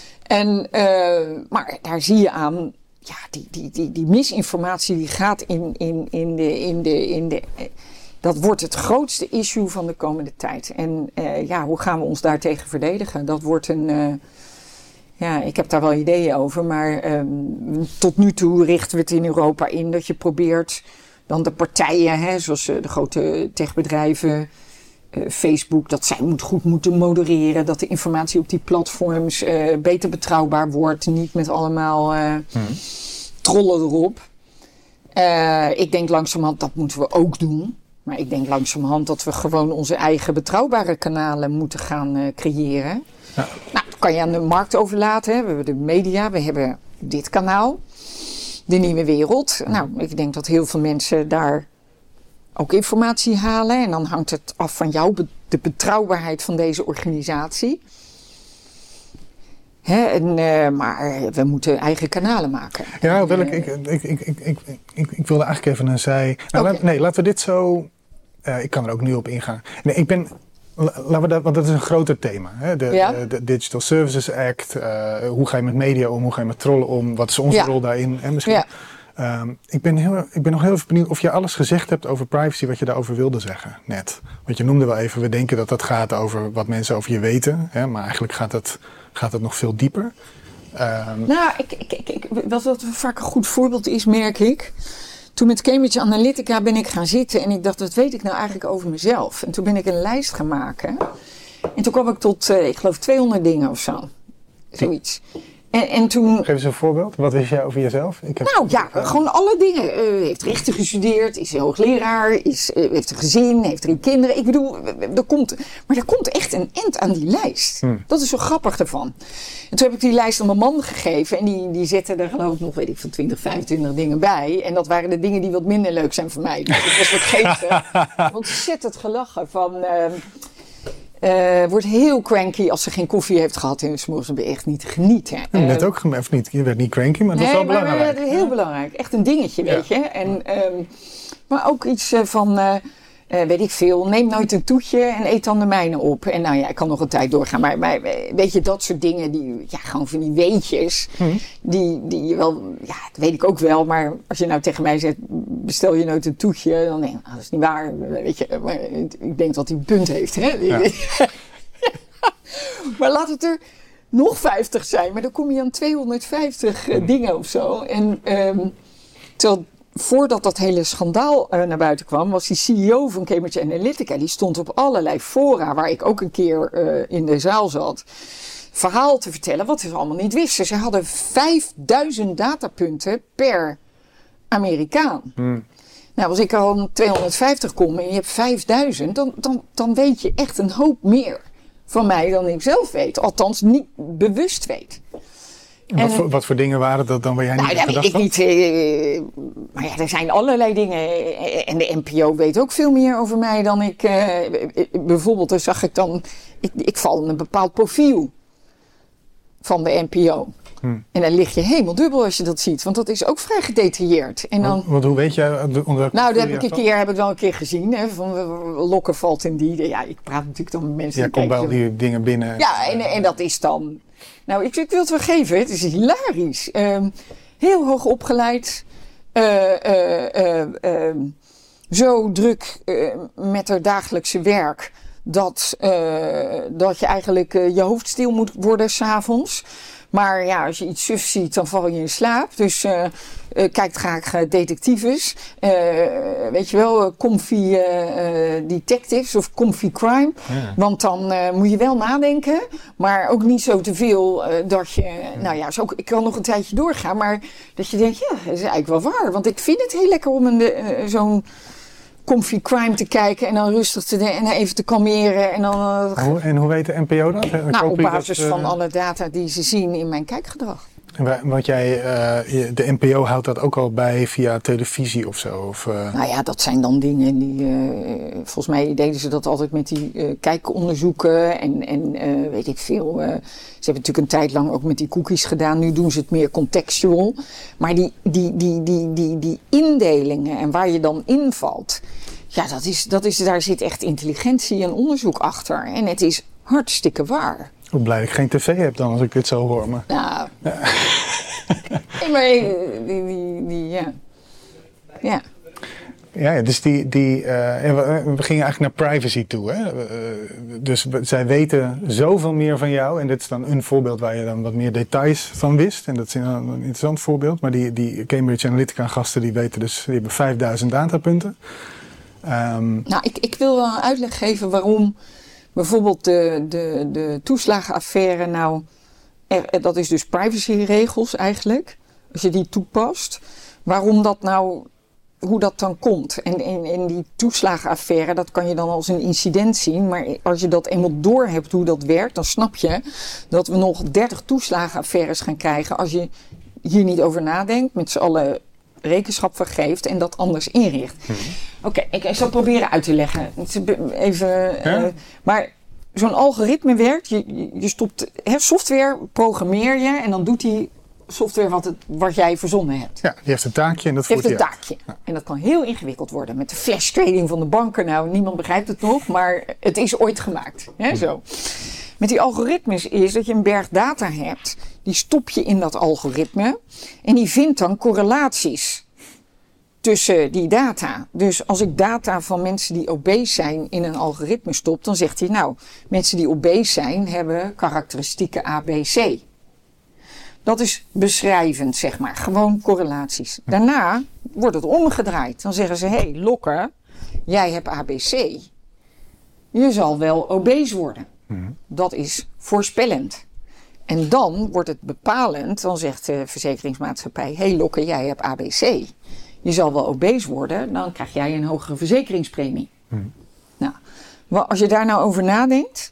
En, uh, maar daar zie je aan, ja, die, die, die, die misinformatie die gaat in, in, in de, in de, in de, dat wordt het grootste issue van de komende tijd. En uh, ja, hoe gaan we ons daartegen verdedigen? Dat wordt een, uh, ja, ik heb daar wel ideeën over, maar um, tot nu toe richten we het in Europa in dat je probeert dan de partijen, hè, zoals uh, de grote techbedrijven, Uh, Facebook, dat zij moet goed moeten modereren, dat de informatie op die platforms uh, beter betrouwbaar wordt, niet met allemaal uh, hmm. trollen erop. Uh, ik denk langzamerhand, dat moeten we ook doen. Maar ik denk langzamerhand dat we gewoon onze eigen betrouwbare kanalen moeten gaan uh, creëren. Ja. Nou, dat kan je aan de markt overlaten. Hè. We hebben de media, we hebben dit kanaal, de Nieuwe Wereld. Nou, ik denk dat heel veel mensen daar ook informatie halen. En dan hangt het af van jou, de betrouwbaarheid van deze organisatie. Hè, en, uh, maar we moeten eigen kanalen maken. Ja, wel, ik, ik, ik, ik, ik, ik, ik, ik wilde eigenlijk even een zij. Nou, okay. laat, nee, laten we dit zo... Uh, ik kan er ook nu op ingaan. Nee, ik ben... Laten we dat, want dat is een groter thema. Hè? De, ja? de, de Digital Services Act. Uh, hoe ga je met media om? Hoe ga je met trollen om? Wat is onze ja. rol daarin? En misschien... Ja. Um, ik, ben heel, ik ben nog heel even benieuwd of je alles gezegd hebt over privacy wat je daarover wilde zeggen net. Want je noemde wel even, we denken dat dat gaat over wat mensen over je weten. Hè, maar eigenlijk gaat het, gaat het nog veel dieper. Um, nou, ik, ik, ik, ik, wat, wat vaak een goed voorbeeld is, merk ik. Toen met Cambridge Analytica ben ik gaan zitten en ik dacht, wat weet ik nou eigenlijk over mezelf? En toen ben ik een lijst gaan maken. En toen kwam ik tot, uh, ik geloof, tweehonderd dingen of zo. Zoiets. En, en toen... Geef eens een voorbeeld. Wat wist jij over jezelf? Ik heb nou ja, uh, gewoon alle dingen. Uh, heeft rechten gestudeerd, is hoogleraar, is, uh, heeft een gezin, heeft drie kinderen. Ik bedoel, er komt, maar er komt echt een end aan die lijst. Hmm. Dat is zo grappig ervan. En toen heb ik die lijst aan mijn man gegeven en die, die zette er geloof ik nog, weet ik, van twintig, vijfentwintig dingen bij. En dat waren de dingen die wat minder leuk zijn voor mij. Dus dat was wat geestig. Ontzettend gelachen van... Uh, Uh, wordt heel cranky als ze geen koffie heeft gehad en ze mogen echt niet genieten. Ja, net ook of niet. Je werd niet cranky, maar dat nee, was wel maar, belangrijk. Maar, heel ja. belangrijk. Echt een dingetje, ja. weet je. En, um, maar ook iets uh, van, uh, uh, weet ik veel, neem nooit een toetje en eet dan de mijne op. En nou ja, ik kan nog een tijd doorgaan. Maar, maar weet je, dat soort dingen, die, ja, gewoon van die weetjes, hmm. die, die je wel, ja, dat weet ik ook wel. Maar als je nou tegen mij zegt, bestel je nooit een toetje, dan denk ik, nou, dat is niet waar. Weet je, maar ik denk dat hij een punt heeft, hè. Ja. Maar laat het er nog vijftig zijn, maar dan kom je aan tweehonderdvijftig uh, dingen of zo. En um, terwijl voordat dat hele schandaal uh, naar buiten kwam, was die C E O van Cambridge Analytica, die stond op allerlei fora, waar ik ook een keer uh, in de zaal zat, verhaal te vertellen wat ze allemaal niet wisten. Ze hadden vijfduizend datapunten per Amerikaan. Hmm. Nou, als ik al tweehonderdvijftig kom en je hebt vijfduizend, dan, dan, dan weet je echt een hoop meer van mij dan ik zelf weet. Althans, niet bewust weet. En wat, en, voor, wat voor dingen waren dat dan waar jij nou, niet ja, gedacht ik had? Niet, uh, maar ja, er zijn allerlei dingen. En de N P O weet ook veel meer over mij dan ik. Uh, bijvoorbeeld, dan zag ik dan... Ik, ik val in een bepaald profiel van de N P O. Hmm. En dan lig je helemaal dubbel als je dat ziet. Want dat is ook vrij gedetailleerd. En dan, want, want hoe weet jij? Onder nou, dat heb ik een keer, heb ik wel een keer gezien. Hè, van lokken valt in die. Ja, ik praat natuurlijk dan met mensen. Ja, komt wel die dingen binnen. Ja, en, en dat is dan... Nou, ik, ik wil het wel geven. Het is hilarisch. Um, heel hoog opgeleid. Uh, uh, uh, uh, zo druk uh, met haar dagelijkse werk. Dat, uh, dat je eigenlijk uh, je hoofd stil moet worden 's avonds. Maar ja, als je iets suf ziet, dan val je in slaap. Dus uh, uh, kijkt graag uh, detectives. Uh, weet je wel, uh, comfy uh, uh, detectives of comfy crime. Ja. Want dan uh, moet je wel nadenken. Maar ook niet zo te veel uh, dat je... Ja. Nou ja, zo, ik kan nog een tijdje doorgaan. Maar dat je denkt, ja, dat is eigenlijk wel waar. Want ik vind het heel lekker om een, uh, zo'n... comfy crime te kijken en dan rustig te de- en even te kalmeren. En, dan, uh, hoe, en hoe weet de N P O dat? Nou, op basis dat, uh, van alle data die ze zien in mijn kijkgedrag. Want jij, uh, de N P O houdt dat ook al bij via televisie of zo? Of, uh... Nou ja, dat zijn dan dingen die... Uh, volgens mij deden ze dat altijd met die uh, kijkonderzoeken en, en uh, weet ik veel. Uh, ze hebben natuurlijk een tijd lang ook met die cookies gedaan. Nu doen ze het meer contextual. Maar die, die, die, die, die, die indelingen en waar je dan invalt... Ja, dat is, dat is, daar zit echt intelligentie en onderzoek achter. En het is hartstikke waar. Hoe blij ik geen tv heb dan als ik dit zo hoor. Maar... Nou, ja. Nee, maar die, die, die, ja. Ja. Ja, dus die, die, uh, we gingen eigenlijk naar privacy toe. Hè? Uh, dus we, zij weten zoveel meer van jou. En dit is dan een voorbeeld waar je dan wat meer details van wist. En dat is een, een interessant voorbeeld. Maar die, die Cambridge Analytica gasten die weten dus, die hebben vijfduizend datapunten. Um, nou, ik, ik wil wel een uitleg geven waarom bijvoorbeeld de, de, de toeslagenaffaire nou... Er, dat is dus privacyregels eigenlijk. Als je die toepast. Waarom dat nou... Hoe dat dan komt. En in, in die toeslagenaffaire, dat kan je dan als een incident zien. Maar als je dat eenmaal doorhebt hoe dat werkt, dan snap je dat we nog dertig toeslagenaffaires gaan krijgen als je hier niet over nadenkt, met z'n allen rekenschap van geeft en dat anders inricht. Mm-hmm. Oké, okay, ik zal proberen uit te leggen. Even, ja? uh, maar zo'n algoritme werkt, je, je stopt hè, software, programmeer je en dan doet die software wat, het, wat jij verzonnen hebt. Ja, die heeft een taakje en dat voert heeft een taakje. Ja. En dat kan heel ingewikkeld worden. Met de flash trading van de banken. Nou, niemand begrijpt het nog, maar het is ooit gemaakt. Hè, zo. Met die algoritmes is dat je een berg data hebt. Die stop je in dat algoritme. En die vindt dan correlaties tussen die data. Dus als ik data van mensen die obese zijn in een algoritme stop, dan zegt hij nou, mensen die obese zijn hebben karakteristieken A B C. Dat is beschrijvend, zeg maar. Gewoon correlaties. Daarna wordt het omgedraaid. Dan zeggen ze, hé, hey, Lokke, jij hebt A B C. Je zal wel obese worden. Mm. Dat is voorspellend. En dan wordt het bepalend. Dan zegt de verzekeringsmaatschappij, hé, hey, Lokke, jij hebt A B C. Je zal wel obese worden. Dan krijg jij een hogere verzekeringspremie. Mm. Nou, als je daar nou over nadenkt,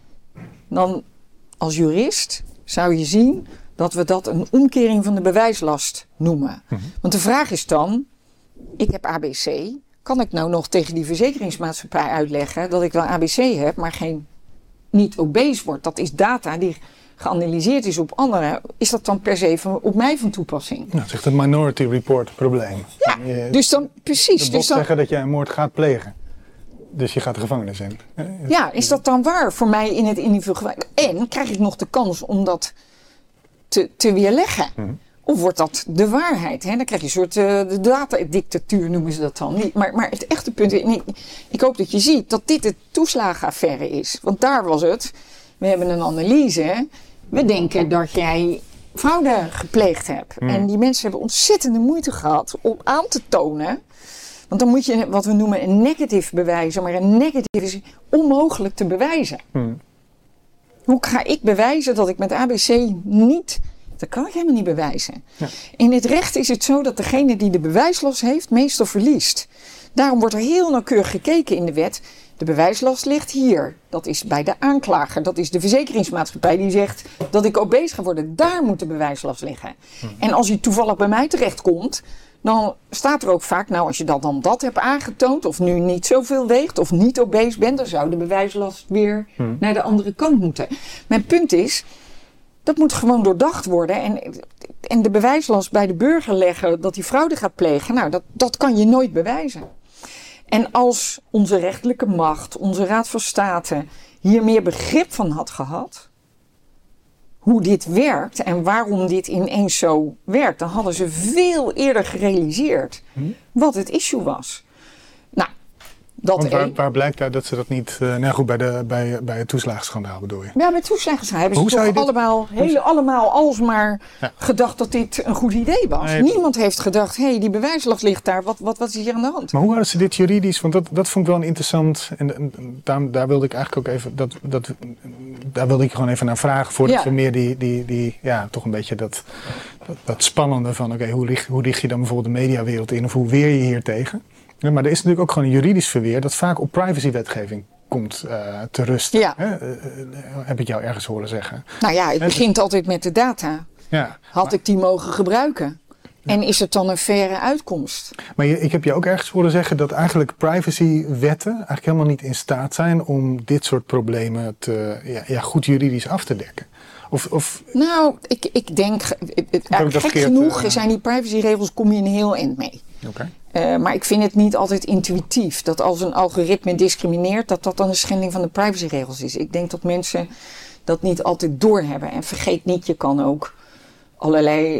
dan als jurist zou je zien dat we dat een omkering van de bewijslast noemen. Mm-hmm. Want de vraag is dan, ik heb A B C, kan ik nou nog tegen die verzekeringsmaatschappij uitleggen dat ik wel A B C heb, maar geen, niet obese word? Dat is data die geanalyseerd is op anderen. Is dat dan per se van, op mij van toepassing? Nou, dat is echt een minority report probleem. Ja, je, dus dan precies. De dus dan zeggen dat jij een moord gaat plegen. Dus je gaat de gevangenis in. Ja, is dat dan waar voor mij in het individu? En krijg ik nog de kans om dat te, te weerleggen? Hmm. Of wordt dat de waarheid? Hè? Dan krijg je een soort uh, de datadictatuur noemen ze dat dan. Niet, maar, maar het echte punt is, ik, ik hoop dat je ziet dat dit de toeslagenaffaire is. Want daar was het. We hebben een analyse. We denken dat jij fraude gepleegd hebt. Hmm. En die mensen hebben ontzettende moeite gehad om aan te tonen. Want dan moet je wat we noemen een negative bewijzen. Maar een negative is onmogelijk te bewijzen. Hmm. Hoe ga ik bewijzen dat ik met A B C niet... Dat kan ik helemaal niet bewijzen. Ja. In het recht is het zo dat degene die de bewijslast heeft meestal verliest. Daarom wordt er heel nauwkeurig gekeken in de wet. De bewijslast ligt hier. Dat is bij de aanklager. Dat is de verzekeringsmaatschappij die zegt dat ik obese ga worden. Daar moet de bewijslast liggen. Hmm. En als je toevallig bij mij terechtkomt, dan staat er ook vaak, nou als je dat dan dat hebt aangetoond, of nu niet zoveel weegt, of niet obese bent, dan zou de bewijslast weer hmm. naar de andere kant moeten. Mijn punt is, dat moet gewoon doordacht worden. En, en de bewijslast bij de burger leggen dat hij fraude gaat plegen, nou dat, dat kan je nooit bewijzen. En als onze rechterlijke macht, onze Raad van State, hier meer begrip van had gehad, hoe dit werkt en waarom dit ineens zo werkt, dan hadden ze veel eerder gerealiseerd hmm. wat het issue was. Nou, dat Want waar, waar blijkt uit dat ze dat niet... Uh, nou goed, bij, de, bij, bij het toeslagenschandaal bedoel je? Ja, bij het toeslagenschandaal hebben ze toch dit... allemaal, hele, allemaal alsmaar ja. gedacht dat dit een goed idee was. Nee, Niemand heeft gedacht, hé, hey, die bewijslast ligt daar, wat, wat, wat is hier aan de hand? Maar hoe hadden ze dit juridisch, want dat, dat vond ik wel een interessant... En, en daar, daar wilde ik eigenlijk ook even... Dat, dat, daar wilde ik gewoon even naar vragen, voordat ja. we meer die, die, die... Ja, toch een beetje dat, dat, dat spannende van, oké, okay, hoe, lig, hoe lig je dan bijvoorbeeld de mediawereld in? Of hoe weer je hier tegen? Ja, maar er is natuurlijk ook gewoon een juridisch verweer dat vaak op privacywetgeving komt uh, te rusten. Ja. Hè? Uh, uh, heb ik jou ergens horen zeggen. Nou ja, het begint dus altijd met de data. Ja, Had maar, ik die mogen gebruiken? Ja. En is het dan een faire uitkomst? Maar je, ik heb je ook ergens horen zeggen dat eigenlijk privacywetten eigenlijk helemaal niet in staat zijn om dit soort problemen te, ja, ja, goed juridisch af te dekken. Of, of, nou, ik, ik denk, uh, gek genoeg uh, zijn die privacyregels, kom je een heel eind mee. Okay. Uh, maar ik vind het niet altijd intuïtief dat als een algoritme discrimineert, dat dat dan een schending van de privacyregels is. Ik denk dat mensen dat niet altijd doorhebben. En vergeet niet, je kan ook allerlei,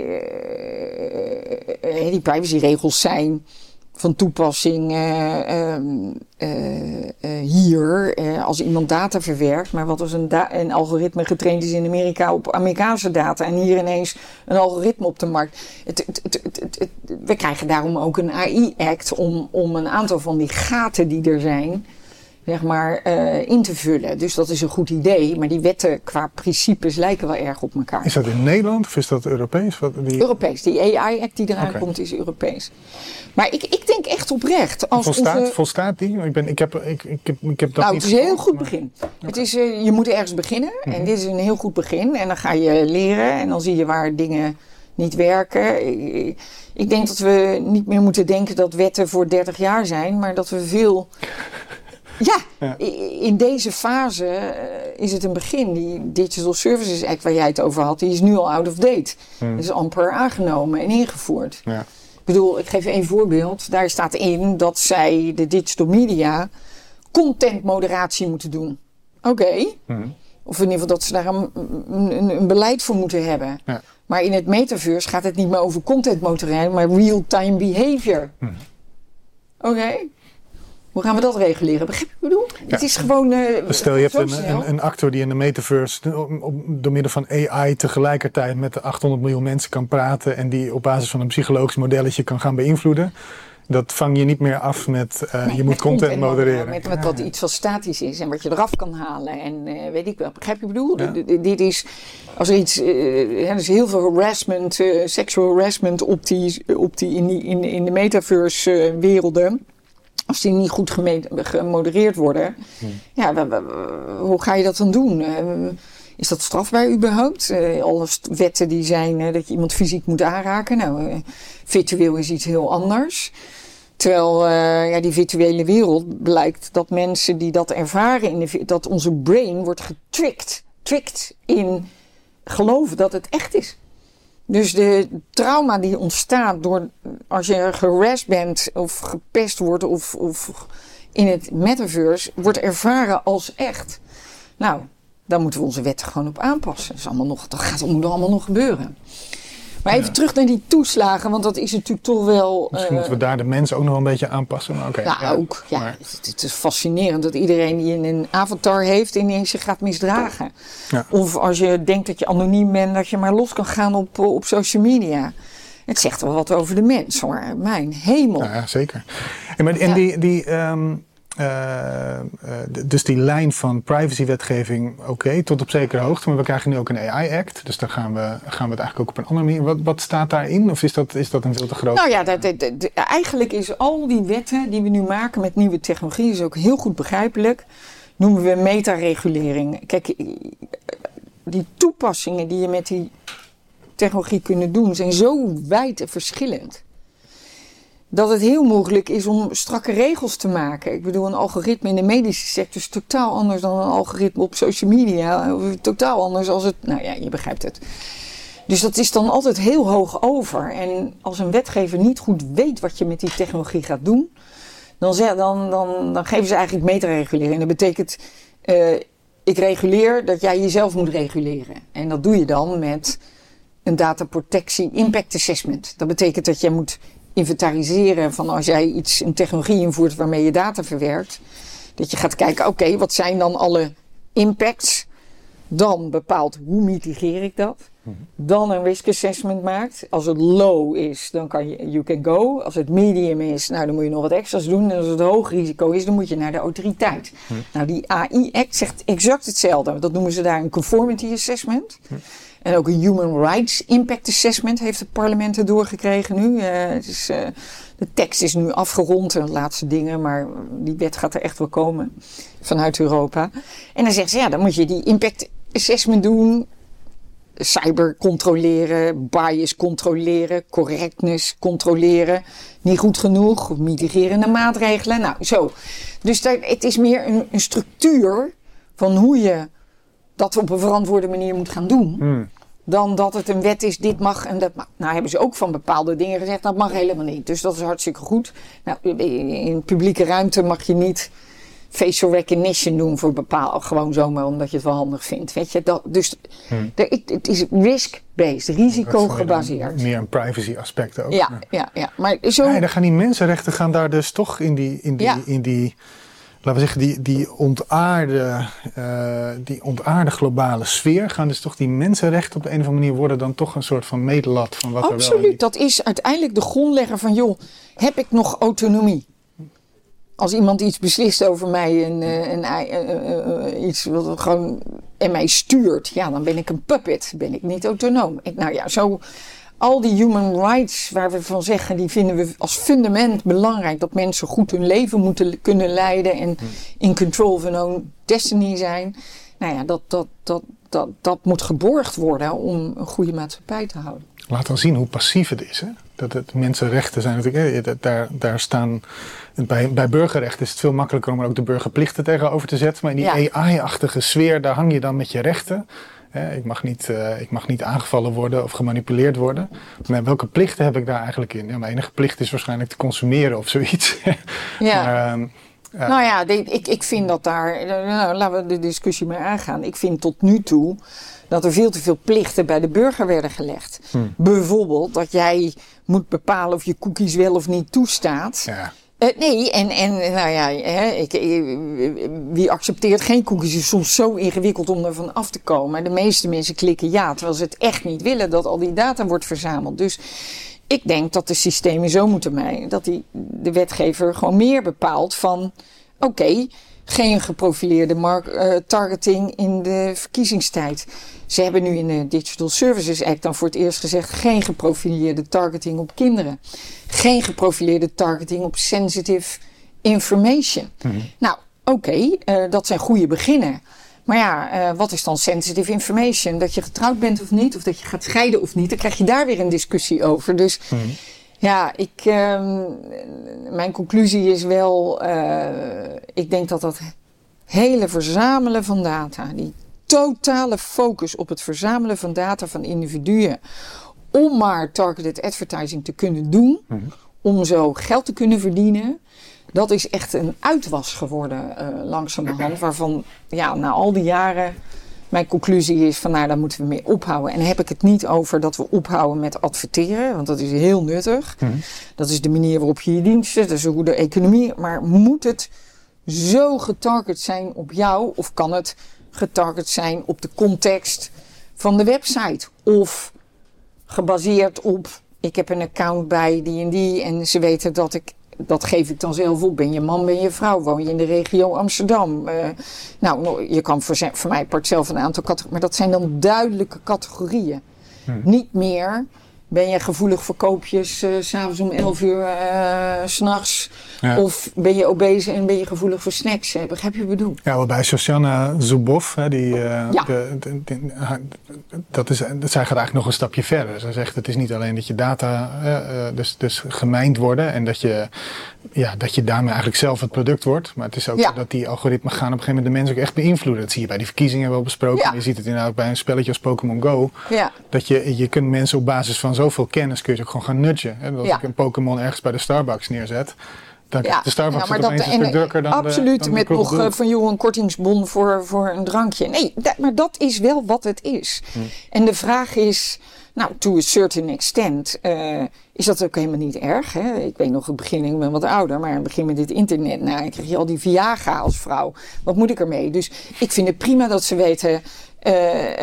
uh, uh, die privacyregels zijn van toepassing uh, uh, uh, uh, hier, uh, als iemand data verwerkt. Maar wat als een, da- een algoritme getraind is in Amerika op Amerikaanse data en hier ineens een algoritme op de markt. Het, het, het, het, het, het, we krijgen daarom ook een A I-act om, om een aantal van die gaten die er zijn, zeg maar, uh, in te vullen. Dus dat is een goed idee, maar die wetten qua principes lijken wel erg op elkaar. Is dat in Nederland of is dat Europees? Wat, die... Europees. Die A I-act die eraan okay. komt is Europees. Maar ik, ik denk echt oprecht. Als volstaat, onze... volstaat die? Ik, ben, ik, heb, ik, ik, heb, ik heb dat nou, niet het is een heel goed maar... begin. Okay. Het is, uh, je moet ergens beginnen. Mm-hmm. En dit is een heel goed begin. En dan ga je leren. En dan zie je waar dingen niet werken. Ik, ik denk dat we niet meer moeten denken dat wetten voor dertig jaar zijn. Maar dat we veel... Ja, ja, in deze fase is het een begin. Die Digital Services Act waar jij het over had, die is nu al out of date. Hmm. Dat is amper aangenomen en ingevoerd. Ja. Ik bedoel, ik geef je één voorbeeld. Daar staat in dat zij, de digital media, contentmoderatie moeten doen. Oké. Okay. Hmm. Of in ieder geval dat ze daar een, een, een beleid voor moeten hebben. Ja. Maar in het metaverse gaat het niet meer over content modereren, maar real-time behavior. Hm. Oké. Okay. Hoe gaan we dat reguleren? Begrijp je wat ik bedoel? Ja. Het is gewoon uh, Stel je hebt een, een, een actor die in de metaverse op, op, door middel van A I tegelijkertijd met de achthonderd miljoen mensen kan praten en die op basis van een psychologisch modelletje kan gaan beïnvloeden. Dat vang je niet meer af met uh, nee, je moet met content, content modereren. Met, met wat iets wat statisch is en wat je eraf kan halen. En uh, weet ik wel. Begrijp je wat ik bedoel? Ja. D- d- dit is, als er iets, uh, ja, er is heel veel harassment, uh, sexual harassment op die, op die, in, die, in, in de metaverse uh, werelden. Als die niet goed geme- gemodereerd worden. Hmm. Ja, w- w- w- hoe ga je dat dan doen? Uh, is dat strafbaar überhaupt? Uh, alle wetten die zijn uh, dat je iemand fysiek moet aanraken. Nou, uh, virtueel is iets heel anders. Terwijl uh, ja, die virtuele wereld blijkt dat mensen die dat ervaren, in de, dat onze brain wordt getricked. Tricked in geloven dat het echt is. Dus de trauma die ontstaat door als je geharasd bent of gepest wordt of, of in het metaverse, wordt ervaren als echt. Nou, daar moeten we onze wetten gewoon op aanpassen. Dat, is allemaal nog, dat gaat, moet allemaal nog gebeuren. Maar even ja. terug naar die toeslagen, want dat is natuurlijk toch wel... Misschien uh, moeten we daar de mensen ook nog een beetje aanpassen. Maar okay, ja, ja, ook. Ja. Maar... Het, het is fascinerend dat iedereen die een avatar heeft ineens zich gaat misdragen. Ja. Of als je denkt dat je anoniem bent, dat je maar los kan gaan op, op social media. Het zegt wel wat over de mens hoor. Mijn hemel. Ja, ja zeker. En, maar, en ja. die... die um... Uh, uh, dus die lijn van privacywetgeving, oké, okay, tot op zekere hoogte. Maar we krijgen nu ook een A I-act. Dus dan gaan we, gaan we het eigenlijk ook op een andere manier. Wat, wat staat daarin? Of is dat, is dat een veel te groot? Nou ja, dat, dat, dat, eigenlijk is al die wetten die we nu maken met nieuwe technologie, is ook heel goed begrijpelijk. Noemen we metaregulering. Kijk, die toepassingen die je met die technologie kunnen doen, zijn zo wijd en verschillend. Dat het heel moeilijk is om strakke regels te maken. Ik bedoel, een algoritme in de medische sector is totaal anders dan een algoritme op social media. Of totaal anders als het... Nou ja, je begrijpt het. Dus dat is dan altijd heel hoog over. En als een wetgever niet goed weet wat je met die technologie gaat doen, dan, dan, dan, dan geven ze eigenlijk metaregulering. Dat betekent, uh, ik reguleer dat jij jezelf moet reguleren. En dat doe je dan met een data protectie impact assessment. Dat betekent dat jij moet inventariseren van als jij iets, een technologie invoert waarmee je data verwerkt. Dat je gaat kijken, oké, okay, wat zijn dan alle impacts? Dan bepaalt hoe mitigeer ik dat. Dan een risk assessment maakt. Als het low is, dan kan je, you can go. Als het medium is, nou dan moet je nog wat extra's doen. En als het hoog risico is, dan moet je naar de autoriteit. Hm. Nou, die A I-act zegt exact hetzelfde. Dat noemen ze daar een conformity assessment. Hm. En ook een Human Rights Impact Assessment heeft het parlement erdoor gekregen nu. Uh, het is, uh, de tekst is nu afgerond en de laatste dingen, maar die wet gaat er echt wel komen vanuit Europa. En dan zeggen ze, ja, dan moet je die Impact Assessment doen. Cyber controleren, bias controleren, correctness controleren. Niet goed genoeg, mitigerende maatregelen. Nou, zo. Dus daar, het is meer een, een structuur van hoe je dat op een verantwoorde manier moet gaan doen. Hmm. Dan dat het een wet is, dit mag en dat mag. Nou hebben ze ook van bepaalde dingen gezegd, dat mag helemaal niet. Dus dat is hartstikke goed. Nou, in publieke ruimte mag je niet facial recognition doen voor bepaald, gewoon zomaar omdat je het wel handig vindt. Weet je, dat, dus hmm. de, het, het is risk-based, risico-gebaseerd. Meer een privacy aspect ook. Ja, ja, ja. Maar zo... Ja, dan gaan die mensenrechten gaan daar dus toch in die, in die, ja. in die laten we zeggen, die, die, ontaarde, uh, die ontaarde globale sfeer, gaan dus toch die mensenrechten op de een of andere manier worden dan toch een soort van meetlat van wat Absoluut, er wel... Absoluut, dat is uiteindelijk de grondlegger van, joh, heb ik nog autonomie? Als iemand iets beslist over mij en, uh, en uh, uh, iets wat gewoon en mij stuurt, ja, dan ben ik een puppet, ben ik niet autonoom. Ik, nou ja, zo al die human rights waar we van zeggen, die vinden we als fundament belangrijk. Dat mensen goed hun leven moeten kunnen leiden en in control of hun own destiny zijn. Nou ja, dat, dat, dat, dat, dat moet geborgd worden om een goede maatschappij te houden. Laat dan zien hoe passief het is, hè? Dat het mensenrechten zijn natuurlijk, hè? Daar, daar staan, bij, bij burgerrechten is het veel makkelijker om er ook de burgerplichten tegenover te zetten. Maar in die ja. A I-achtige sfeer, daar hang je dan met je rechten. Ik mag, niet, uh, ik mag niet aangevallen worden of gemanipuleerd worden. Maar welke plichten heb ik daar eigenlijk in? Ja, mijn enige plicht is waarschijnlijk te consumeren of zoiets. Ja. maar, um, Ja. Nou ja, de, ik, ik vind dat daar... Nou, laten we de discussie maar aangaan. Ik vind tot nu toe dat er veel te veel plichten bij de burger werden gelegd. Hm. Bijvoorbeeld dat jij moet bepalen of je cookies wel of niet toestaat. Ja. Uh, nee, en, en nou ja, hè, ik, wie accepteert geen cookies is soms zo ingewikkeld om er van af te komen. De meeste mensen klikken ja, terwijl ze het echt niet willen dat al die data wordt verzameld. Dus ik denk dat de systemen zo moeten zijn dat die, de wetgever gewoon meer bepaalt van oké, okay, geen geprofileerde mark, uh, targeting in de verkiezingstijd. Ze hebben nu in de Digital Services Act dan voor het eerst gezegd geen geprofileerde targeting op kinderen. Geen geprofileerde targeting op sensitive information. Mm-hmm. Nou, oké, okay, uh, dat zijn goede beginnen. Maar ja, uh, wat is dan sensitive information? Dat je getrouwd bent of niet? Of dat je gaat scheiden of niet? Dan krijg je daar weer een discussie over. Dus mm-hmm. ja, ik, uh, mijn conclusie is wel... Uh, ik denk dat dat hele verzamelen van data... die totale focus op het verzamelen van data van individuen... om maar targeted advertising te kunnen doen... Mm-hmm. om zo geld te kunnen verdienen... dat is echt een uitwas geworden uh, langzamerhand... waarvan ja, na al die jaren mijn conclusie is van... nou, daar moeten we mee ophouden. En dan heb ik het niet over dat we ophouden met adverteren... want dat is heel nuttig. Mm-hmm. Dat is de manier waarop je je diensten... dat is hoe de economie... maar moet het zo getarget zijn op jou... of kan het getarget zijn op de context van de website... of gebaseerd op... ik heb een account bij die en die... en ze weten dat ik... dat geef ik dan zelf op. Ben je man, ben je vrouw? Woon je in de regio Amsterdam? Uh, nou, je kan voor, voor mij part zelf een aantal categorieën... maar dat zijn dan duidelijke categorieën. Hmm. Niet meer... ben je gevoelig voor koopjes uh, 's avonds om elf uur uh, 's nachts? Ja. Of ben je obese en ben je gevoelig voor snacks? Hè? Begrijp je wat ik bedoel? Ja, bij Shoshana Zuboff, hè, die, uh, ja. de, de, de, dat is, dat zij gaat eigenlijk nog een stapje verder. Zij zegt, het is niet alleen dat je data uh, dus, dus gemijnd worden... en dat je, ja, dat je daarmee eigenlijk zelf het product wordt. Maar het is ook ja. zo dat die algoritmen gaan op een gegeven moment de mensen ook echt beïnvloeden. Dat zie je bij die verkiezingen wel besproken. Ja. Je ziet het inderdaad ook bij een spelletje als Pokémon Go. Ja. Dat je, je kunt mensen op basis van zoveel kennis kun je ook gewoon gaan nudgen. Hè? Als ja. ik een Pokémon ergens bij de Starbucks neerzet... dan ja. de Starbucks ja, maar dat, een stuk drukker dan absoluut, de, dan met nog uh, van joh een kortingsbon voor, voor een drankje. Nee, dat, maar dat is wel wat het is. Hm. En de vraag is... nou, to a certain extent... Uh, is dat ook helemaal niet erg. Hè? Ik weet nog het begin, ik ben wat ouder... maar in het begin met dit internet... nou, dan kreeg je al die Viagra als vrouw. Wat moet ik ermee? Dus ik vind het prima dat ze weten... Uh, uh,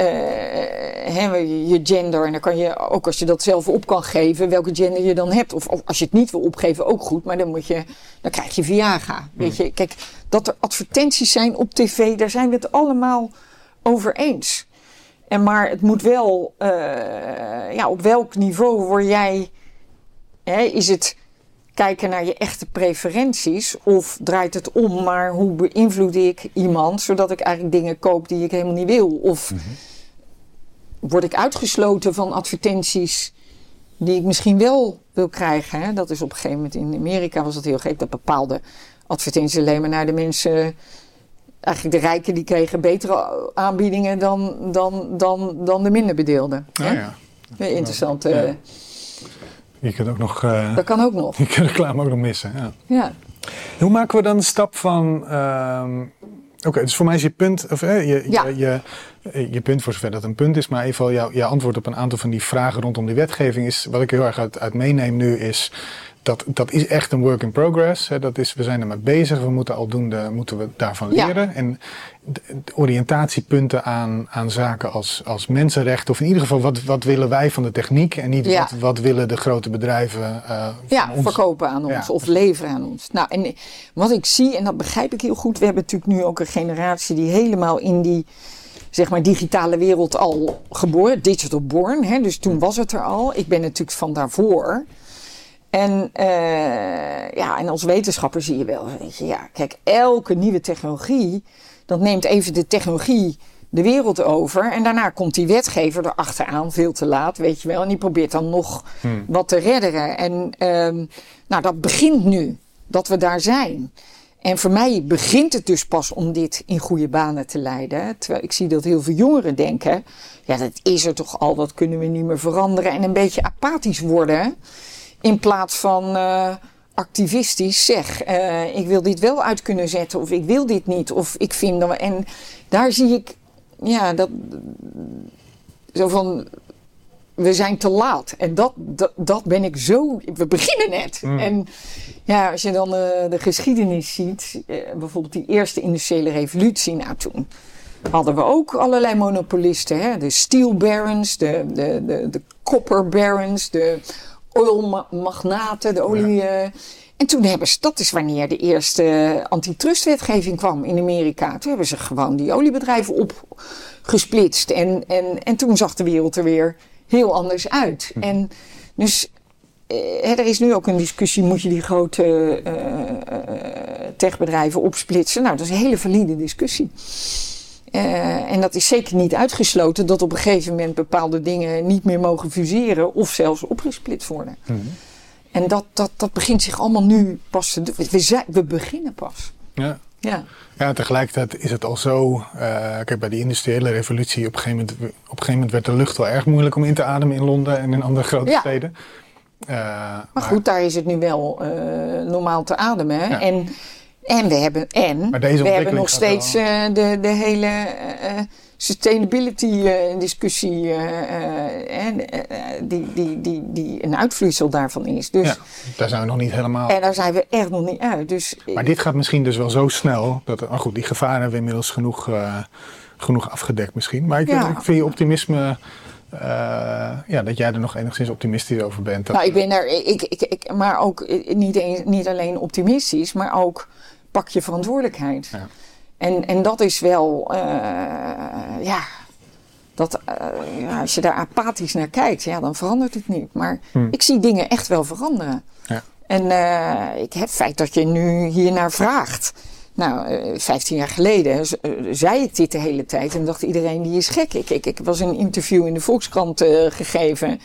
he, je gender. En dan kan je, ook als je dat zelf op kan geven... welke gender je dan hebt. Of, of als je het niet wil opgeven, ook goed. Maar dan moet je... dan krijg je Viagra. Hmm. Weet je? Kijk, dat er advertenties zijn op tv... daar zijn we het allemaal over eens. En maar het moet wel... Uh, ja, op welk niveau word jij... Hè, is het kijken naar je echte preferenties... of draait het om, maar hoe beïnvloed ik iemand... zodat ik eigenlijk dingen koop die ik helemaal niet wil? Of mm-hmm. word ik uitgesloten van advertenties... die ik misschien wel wil krijgen? Hè? Dat is op een gegeven moment in Amerika was dat heel gek... dat bepaalde advertenties alleen maar naar de mensen... eigenlijk de rijken die kregen betere aanbiedingen... dan, dan, dan, dan de minder bedeelden. Oh, ja. Interessant. Ja. Uh, Je kunt ook nog... Uh, dat kan ook nog. Je kunt reclame ook nog missen, ja. ja. Hoe maken we dan de stap van... Uh, Oké, okay, dus voor mij is je punt... Of, eh, je, ja. je, je, je punt, voor zover dat een punt is... maar even jouw, jouw antwoord op een aantal van die vragen rondom die wetgeving is... wat ik heel erg uit, uit meeneem nu is... Dat, dat is echt een work in progress. Hè. Dat is, we zijn er mee bezig. We moeten aldoende moeten we daarvan leren. Ja. En de, de oriëntatiepunten aan, aan zaken als, als mensenrechten... of in ieder geval wat, wat willen wij van de techniek... en niet ja. wat, wat willen de grote bedrijven uh, van ja, ons. verkopen aan ons ja. of leveren aan ons. Nou, en wat ik zie, en dat begrijp ik heel goed... we hebben natuurlijk nu ook een generatie die helemaal in die... zeg maar digitale wereld al geboren. Digital born, hè, dus toen was het er al. Ik ben natuurlijk van daarvoor... En, uh, ja, en als wetenschapper zie je wel, weet je, ja, kijk, elke nieuwe technologie, dat neemt even de technologie de wereld over. En daarna komt die wetgever erachteraan, veel te laat, weet je wel. En die probeert dan nog hmm. wat te redderen. En um, nou, dat begint nu, dat we daar zijn. En voor mij begint het dus pas om dit in goede banen te leiden. Terwijl ik zie dat heel veel jongeren denken, ja, dat is er toch al, dat kunnen we niet meer veranderen. En een beetje apathisch worden. In plaats van, uh, activistisch zeg. Uh, ik wil dit wel uit kunnen zetten of ik wil dit niet. Of ik vind dat... En daar zie ik... Ja, dat... Zo van... We zijn te laat. En dat, dat, dat ben ik zo... We beginnen net. Mm. En ja, als je dan uh, de geschiedenis ziet... Uh, bijvoorbeeld die eerste industriële revolutie. Nou, toen hadden we ook allerlei monopolisten. Hè? De steel barons, de, de, de, de copper barons, de olmagnaten, de olie... Ja. En toen hebben ze... Dat is wanneer de eerste antitrustwetgeving kwam in Amerika. Toen hebben ze gewoon die oliebedrijven opgesplitst. En, en, en toen zag de wereld er weer... heel anders uit. Hm. En dus eh, er is nu ook een discussie, moet je die grote uh, uh, techbedrijven opsplitsen? Nou, dat is een hele valide discussie. Uh, en dat is zeker niet uitgesloten dat op een gegeven moment bepaalde dingen niet meer mogen fuseren of zelfs opgesplitst worden. Hm. En dat, dat, dat begint zich allemaal nu pas te doen. We, zijn, we beginnen pas. Ja. Ja. Ja, tegelijkertijd is het al zo... Uh, kijk, bij die industriële revolutie... Op een, gegeven moment, op een gegeven moment werd de lucht wel erg moeilijk om in te ademen in Londen en in andere grote ja. steden. Uh, maar, maar goed, daar is het nu wel uh, normaal te ademen. Ja. En, en we hebben, en we hebben nog steeds uh, de, de hele uh, sustainability uh, discussie... Uh, uh, en, uh, die, die, die, die een uitvloeisel daarvan is. Dus, ja, daar zijn we nog niet helemaal... En daar zijn we echt nog niet uit. Dus, maar dit gaat misschien dus wel zo snel... dat, oh goed, die gevaren hebben we inmiddels genoeg, uh, genoeg afgedekt misschien. Maar ik, ja. ik vind je optimisme... Uh, ja, dat jij er nog enigszins optimistisch over bent. Dat... Nou, ik ben er... Ik, ik, ik, maar ook niet, een, niet alleen optimistisch... maar ook pak je verantwoordelijkheid. Ja. En, en dat is wel... Uh, ja... Dat, uh, ja, als je daar apathisch naar kijkt, ja, dan verandert het niet. Maar hmm. ik zie dingen echt wel veranderen. Ja. En uh, ik heb het feit dat je nu hiernaar vraagt. Nou, uh, vijftien jaar geleden uh, zei ik dit de hele tijd en dacht iedereen die is gek. Ik, ik, ik was een interview in de Volkskrant uh, gegeven.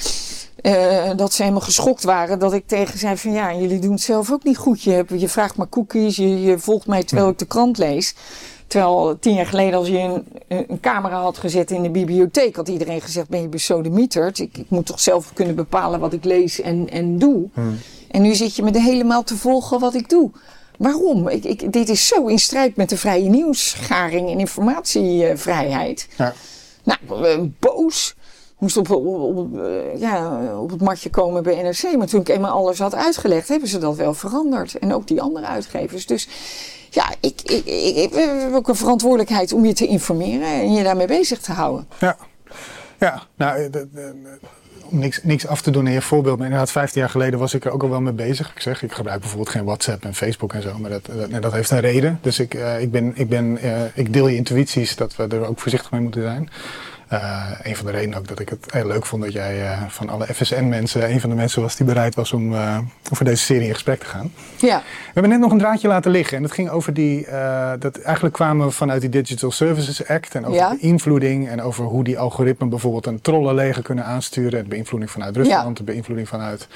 Uh, dat ze helemaal geschokt waren dat ik tegen zei van ja, jullie doen het zelf ook niet goed. Je, hebt, je vraagt maar cookies, je, je volgt mij terwijl ik de krant lees. Terwijl tien jaar geleden als je een, een camera had gezet in de bibliotheek... had iedereen gezegd, ben je besodemieterd? Ik, ik moet toch zelf kunnen bepalen wat ik lees en, en doe. Hmm. En nu zit je me de helemaal te volgen wat ik doe. Waarom? Ik, ik, dit is zo in strijd met de vrije nieuwsgaring en informatievrijheid. Ja. Nou, boos. Moest op, op, op, op, ja, op het matje komen bij N R C. Maar toen ik eenmaal alles had uitgelegd, hebben ze dat wel veranderd. En ook die andere uitgevers. Dus... Ja, ik, ik, ik, ik heb ook een verantwoordelijkheid om je te informeren en je daarmee bezig te houden. Ja, ja nou, de, de, om niks, niks af te doen in je voorbeeld, maar inderdaad vijftien jaar geleden was ik er ook al wel mee bezig. Ik zeg, ik gebruik bijvoorbeeld geen WhatsApp en Facebook en zo, maar dat, dat, dat heeft een reden. Dus ik, uh, ik, ben, ik, ben, uh, ik deel je intuïties dat we er ook voorzichtig mee moeten zijn. Uh, een van de redenen ook dat ik het heel leuk vond dat jij uh, van alle F S N-mensen een van de mensen was die bereid was om uh, voor deze serie in gesprek te gaan. Ja. We hebben net nog een draadje laten liggen en dat ging over die, uh, dat eigenlijk kwamen we vanuit die Digital Services Act en over ja. beïnvloeding en over hoe die algoritmen bijvoorbeeld een trollenleger kunnen aansturen, de beïnvloeding vanuit Rusland, ja. de beïnvloeding vanuit...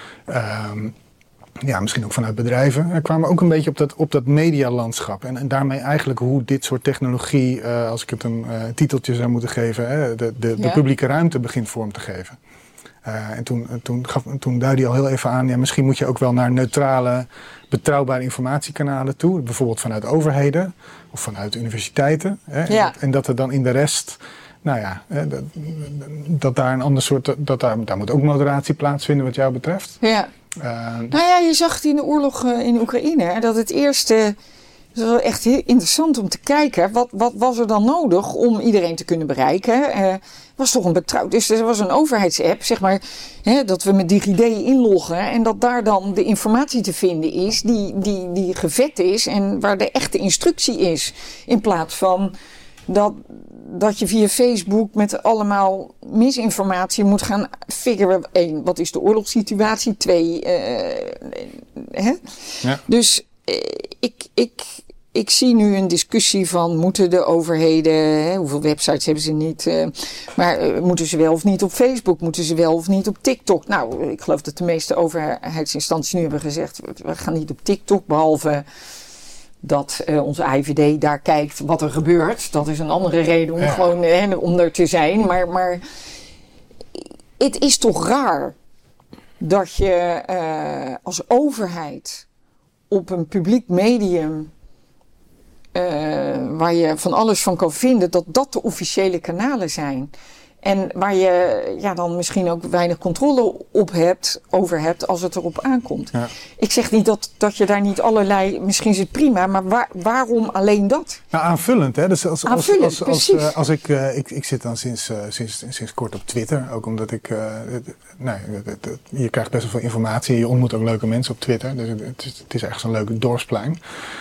Um, Ja, misschien ook vanuit bedrijven. Er kwamen ook een beetje op dat, op dat medialandschap. En, en daarmee eigenlijk hoe dit soort technologie, uh, als ik het een uh, titeltje zou moeten geven, hè, de, de, ja. de publieke ruimte begint vorm te geven. Uh, en toen, toen, gaf, toen duidde hij al heel even aan, ja, misschien moet je ook wel naar neutrale, betrouwbare informatiekanalen toe. Bijvoorbeeld vanuit overheden of vanuit universiteiten. Hè, ja. en, dat, en dat er dan in de rest... Nou ja, dat, dat daar een ander soort... Dat daar, daar moet ook moderatie plaatsvinden wat jou betreft. Ja. Uh, nou ja, je zag het in de oorlog in Oekraïne. Dat het eerste... Het was wel echt heel interessant om te kijken. Wat, wat was er dan nodig om iedereen te kunnen bereiken? Uh, was toch een betrouwd... Dus er was een overheidsapp, zeg maar... Hè, dat we met DigiD inloggen. En dat daar dan de informatie te vinden is... Die, die, die gevet is en waar de echte instructie is. In plaats van... Dat, dat je via Facebook met allemaal misinformatie moet gaan figuren. Eén, wat is de oorlogssituatie? Twee, uh, hè? Ja. Dus uh, ik, ik, ik zie nu een discussie van moeten de overheden, hè, hoeveel websites hebben ze niet, uh, maar uh, moeten ze wel of niet op Facebook? Moeten ze wel of niet op TikTok? Nou, ik geloof dat de meeste overheidsinstanties nu hebben gezegd, we gaan niet op TikTok, behalve... dat uh, onze I V D daar kijkt wat er gebeurt. Dat is een andere reden om ja. gewoon hè, om er te zijn. Maar, maar het is toch raar dat je uh, als overheid op een publiek medium uh, waar je van alles van kan vinden, dat dat de officiële kanalen zijn. En waar je ja, dan misschien ook weinig controle op hebt, over hebt als het erop aankomt. Ja. Ik zeg niet dat, dat je daar niet allerlei, misschien is het prima, maar waar, waarom alleen dat? Nou, aanvullend, hè? Dus als, aanvullend, als, als, als, uh, als ik, uh, ik, ik zit dan sinds, uh, sinds, sinds kort op Twitter, ook omdat ik, uh, nou, je krijgt best wel veel informatie, je ontmoet ook leuke mensen op Twitter, dus het is, het is echt zo'n leuke dorpsplein.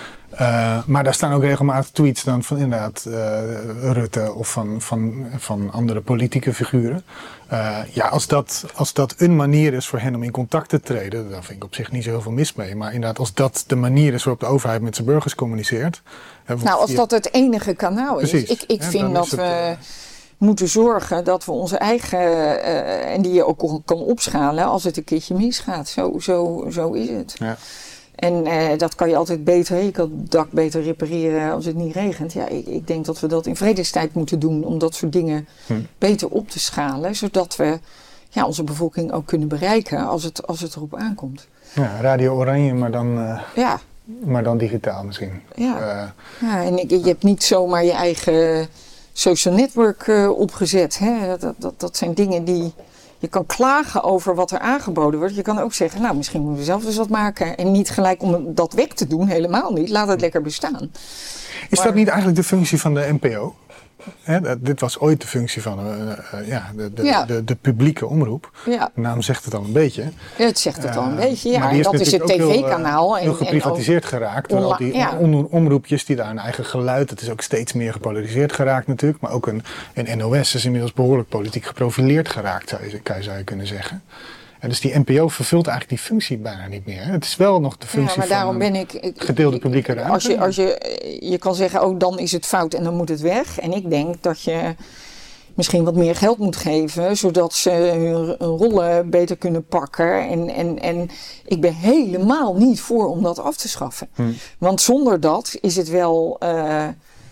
Uh, maar daar staan ook regelmatig tweets dan van inderdaad uh, Rutte of van, van, van andere politieke figuren. Uh, ja, als dat, als dat een manier is voor hen om in contact te treden, dan vind ik op zich niet zo heel veel mis mee. Maar inderdaad, als dat de manier is waarop de overheid met zijn burgers communiceert. Hè, nou, als dat het enige kanaal is. Precies, ik ik hè, vind dat het, we uh, moeten zorgen dat we onze eigen, uh, en die je ook kan opschalen als het een keertje misgaat. Zo, zo, zo is het. Ja. En uh, dat kan je altijd beter, je kan het dak beter repareren als het niet regent. Ja, ik, ik denk dat we dat in vredestijd moeten doen om dat soort dingen hm. beter op te schalen. Zodat we ja, onze bevolking ook kunnen bereiken als het, als het erop aankomt. Ja, Radio Oranje, maar dan, uh, ja. maar dan digitaal misschien. Ja, uh, ja en ik, je hebt niet zomaar je eigen social network uh, opgezet. Hè? Dat, dat, dat zijn dingen die... Je kan klagen over wat er aangeboden wordt. Je kan ook zeggen, nou, misschien moeten we zelf eens wat maken. En niet gelijk om dat weg te doen, helemaal niet. Laat het lekker bestaan. Is maar, dat niet eigenlijk de functie van de N P O? Hè, dit was ooit de functie van uh, uh, ja, de, de, ja. De, de publieke omroep. Ja. De naam zegt het al een beetje. Ja, het zegt het al een beetje, ja. En dat is het tv-kanaal. Heel, uh, heel geprivatiseerd en geraakt. Door al die ja. on- omroepjes die daar een eigen geluid. Het is ook steeds meer gepolariseerd geraakt natuurlijk. Maar ook een, een N O S is inmiddels behoorlijk politiek geprofileerd geraakt, zou je, zou je kunnen zeggen. En dus die N P O vervult eigenlijk die functie bijna niet meer. Het is wel nog de functie ja, maar daarom van ben ik, ik, gedeelde publieke ruimte. Als je, als je, je kan zeggen, oh, dan is het fout en dan moet het weg. En ik denk dat je misschien wat meer geld moet geven, zodat ze hun rollen beter kunnen pakken. En, en, en ik ben helemaal niet voor om dat af te schaffen. Hmm. Want zonder dat is het wel... Uh,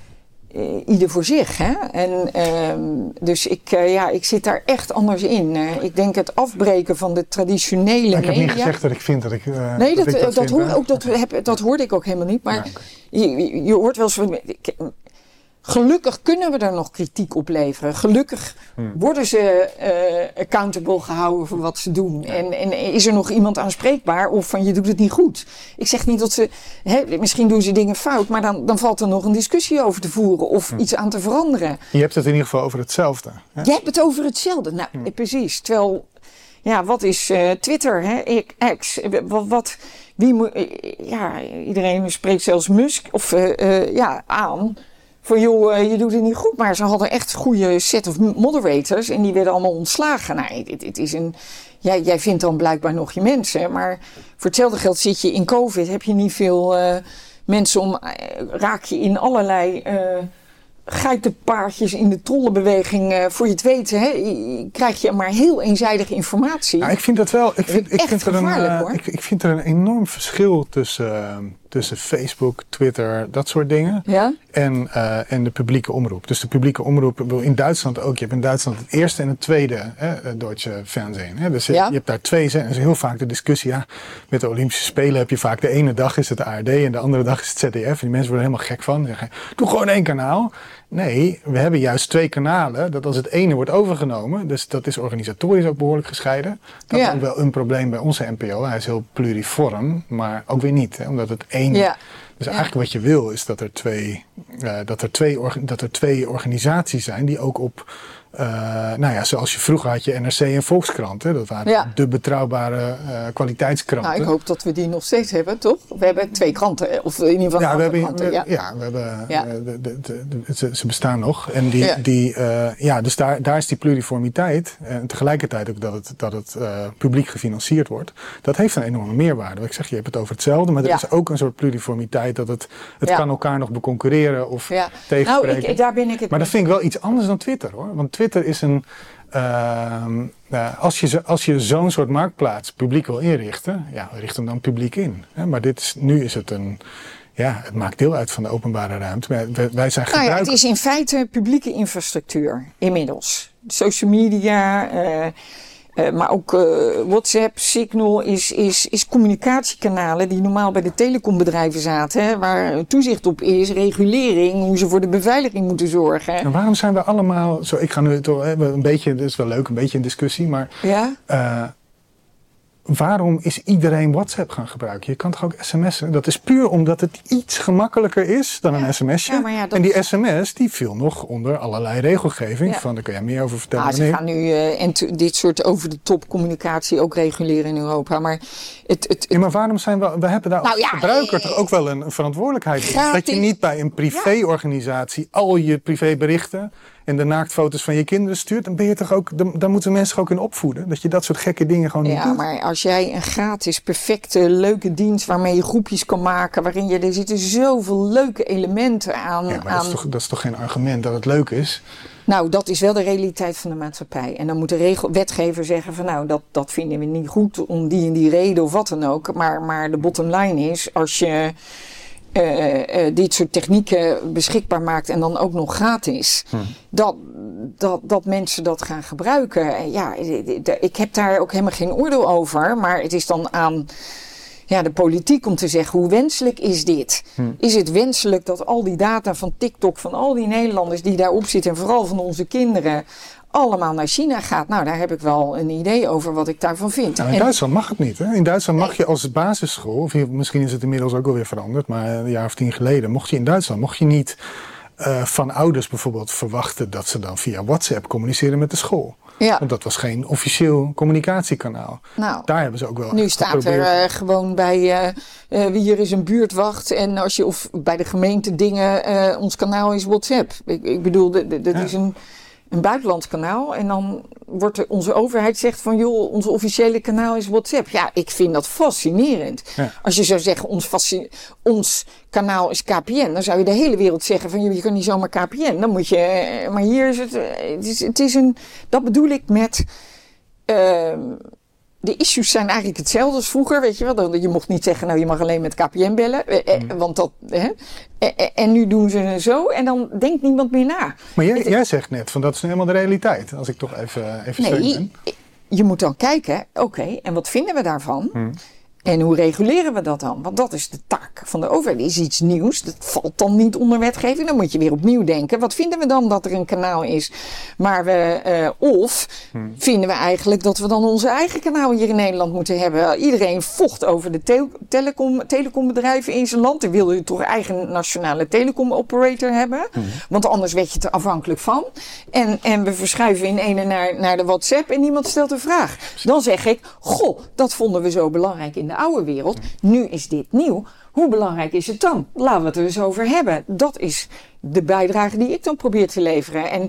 Uh, ieder voor zich. Hè? En, uh, dus ik, uh, ja, ik zit daar echt anders in. Uh, ik denk het afbreken van de traditionele media. Ik heb niet gezegd dat ik vind dat ik uh, Nee, dat, dat, ik dat, dat, vind, hoor, ook, dat, heb, dat hoorde ik ook helemaal niet. Maar ja, okay. je, je hoort wel eens van... Gelukkig kunnen we er nog kritiek op leveren. Gelukkig hmm. worden ze uh, accountable gehouden voor wat ze doen. Ja. En, en is er nog iemand aanspreekbaar of van je doet het niet goed. Ik zeg niet dat ze... Hè, misschien doen ze dingen fout, maar dan, dan valt er nog een discussie over te voeren of hmm. iets aan te veranderen. Je hebt het in ieder geval over hetzelfde. Hè? Je hebt het over hetzelfde. Nou, hmm. precies. Terwijl, ja, wat is uh, Twitter, hè? X, wat... wat wie moet, ja, iedereen spreekt zelfs Musk of uh, uh, ja, aan... Van joh, uh, je doet het niet goed. Maar ze hadden echt een goede set of moderators. En die werden allemaal ontslagen. Nou, het, het is een... Jij, jij vindt dan blijkbaar nog je mensen. Maar voor hetzelfde geld zit je in COVID. Heb je niet veel uh, mensen om... Uh, raak je in allerlei... Uh, geitenpaardjes in de trollenbeweging. Uh, voor je het weten, hè, krijg je maar heel eenzijdige informatie. Nou, ik vind dat wel... Ik vind, ik vind, er, een, uh, ik, ik vind er een enorm verschil tussen... Uh, tussen Facebook, Twitter, dat soort dingen. Ja? En, uh, en de publieke omroep. Dus de publieke omroep, in Duitsland ook. Je hebt in Duitsland het eerste en het tweede hè, Deutsche Fernsehen. Hè. Dus ja? je hebt daar twee. Er is heel vaak de discussie. Ja, met de Olympische Spelen heb je vaak de ene dag is het de A R D en de andere dag is het Z D F. En die mensen worden helemaal gek van. Zeggen, doe gewoon één kanaal. Nee, we hebben juist twee kanalen. Dat als het ene wordt overgenomen, dus dat is organisatorisch ook behoorlijk gescheiden. Dat ja. is ook wel een probleem bij onze N P O. Hij is heel pluriform, maar ook weer niet. Hè, omdat het één... Ja. Dus eigenlijk ja. wat je wil is dat er twee, uh, dat er twee, orga- dat er twee organisaties zijn die ook op... Uh, nou ja, zoals je vroeger had je N R C en Volkskrant. Hè? Dat waren ja. de betrouwbare uh, kwaliteitskranten. Nou, ik hoop dat we die nog steeds hebben, toch? We hebben twee kranten, of in ieder geval ja, we hebben, kranten. Ja, ja we hebben, ja. Uh, de, de, de, de, ze, ze bestaan nog. En die, ja. die, uh, ja, dus daar, daar is die pluriformiteit. En tegelijkertijd ook dat het, dat het uh, publiek gefinancierd wordt. Dat heeft een enorme meerwaarde. Ik zeg, je hebt het over hetzelfde, maar er ja. is ook een soort pluriformiteit. Dat het, het ja. kan elkaar nog beconcurreren of ja. tegenspreken. Nou, ik, daar ben ik het maar dat vind ik wel iets anders dan Twitter, hoor. Want Twitter is een... Uh, uh, als, je, als je zo'n soort marktplaats publiek wil inrichten, ja, richt hem dan publiek in. Hè? Maar dit is, nu is het een... Ja, het maakt deel uit van de openbare ruimte. Wij, wij zijn nou ja, het is in feite publieke infrastructuur inmiddels. Social media, uh, Uh, maar ook uh, WhatsApp, Signal is, is, is communicatiekanalen die normaal bij de telecombedrijven zaten. Hè, waar toezicht op is, regulering, hoe ze voor de beveiliging moeten zorgen. En waarom zijn we allemaal, zo, ik ga nu toch een beetje, dat is wel leuk, een beetje een discussie, maar ja? uh, waarom is iedereen WhatsApp gaan gebruiken? Je kan toch ook sms'en? Dat is puur omdat het iets gemakkelijker is dan ja. een sms'je. Ja, ja, en die is... sms die viel nog onder allerlei regelgeving. Ja. Van, daar kun jij meer over vertellen. Ah, ze gaan nu uh, en t- dit soort over-de-top communicatie ook reguleren in Europa. Maar, het, het, het... Ja, maar waarom zijn we... We hebben daar nou, als ja, gebruiker toch ook wel een, een verantwoordelijkheid in. Dat je niet bij een privéorganisatie ja. al je privéberichten en de naaktfoto's van je kinderen stuurt, dan ben je toch ook, dan, dan moeten mensen ook in opvoeden. Dat je dat soort gekke dingen gewoon niet ja, doet. Ja, maar als jij een gratis, perfecte, leuke dienst waarmee je groepjes kan maken, waarin je, er zitten zoveel leuke elementen aan. Ja, maar aan... Dat, is toch, dat is toch geen argument dat het leuk is? Nou, dat is wel de realiteit van de maatschappij. En dan moet de regel, wetgever zeggen van nou, dat, dat vinden we niet goed om die en die reden of wat dan ook. Maar, maar de bottom line is, als je Uh, uh, dit soort technieken beschikbaar maakt en dan ook nog gratis, hmm. dat, dat, dat mensen dat gaan gebruiken. En ja, ik heb daar ook helemaal geen oordeel over, maar het is dan aan ja, de politiek om te zeggen, hoe wenselijk is dit? Hmm. Is het wenselijk dat al die data van TikTok, van al die Nederlanders die daarop zitten en vooral van onze kinderen, allemaal naar China gaat? Nou, daar heb ik wel een idee over wat ik daarvan vind. Nou, in en... Duitsland mag het niet. Hè? In Duitsland mag je als basisschool, of misschien is het inmiddels ook alweer veranderd, maar een jaar of tien geleden, mocht je in Duitsland, mocht je niet uh, van ouders bijvoorbeeld verwachten dat ze dan via WhatsApp communiceren met de school. Ja. Want dat was geen officieel communicatiekanaal. Nou, daar hebben ze ook wel. Nu staat geprobeerd. er uh, gewoon bij uh, uh, hier is een buurtwacht en als je of bij de gemeente dingen, uh, ons kanaal is WhatsApp. Ik, ik bedoel, d- d- dat ja. is een een buitenlands kanaal en dan wordt er, onze overheid zegt van joh, onze officiële kanaal is WhatsApp. Ja, ik vind dat fascinerend. Ja. Als je zou zeggen ons, fasci- ons kanaal is K P N, dan zou je de hele wereld zeggen van je kan niet zomaar K P N. Dan moet je, maar hier is het, het is, het is een, dat bedoel ik met uh, de issues zijn eigenlijk hetzelfde als vroeger, weet je wel. Je mocht niet zeggen, nou je mag alleen met K P N bellen. Mm. Want dat, hè. En nu doen ze het zo en dan denkt niemand meer na. Maar jij, jij zegt net, van dat is nu helemaal de realiteit. Als ik toch even, even nee, sterk ben. Je moet dan kijken, oké, okay, en wat vinden we daarvan? Mm. En hoe reguleren we dat dan? Want dat is de taak van de overheid. Is iets nieuws, dat valt dan niet onder wetgeving. Dan moet je weer opnieuw denken. Wat vinden we dan dat er een kanaal is? Maar we, uh, of hmm. vinden we eigenlijk dat we dan onze eigen kanaal hier in Nederland moeten hebben? Iedereen vocht over de te- telecom, telecombedrijven in zijn land. Die wilde je toch eigen nationale telecom-operator hebben. Hmm. Want anders werd je te afhankelijk van. En, en we verschuiven in ene naar, naar de WhatsApp en niemand stelt een vraag. Dan zeg ik, goh, dat vonden we zo belangrijk in de oude wereld. Nu is dit nieuw. Hoe belangrijk is het dan? Laten we het er eens over hebben. Dat is de bijdrage die ik dan probeer te leveren. En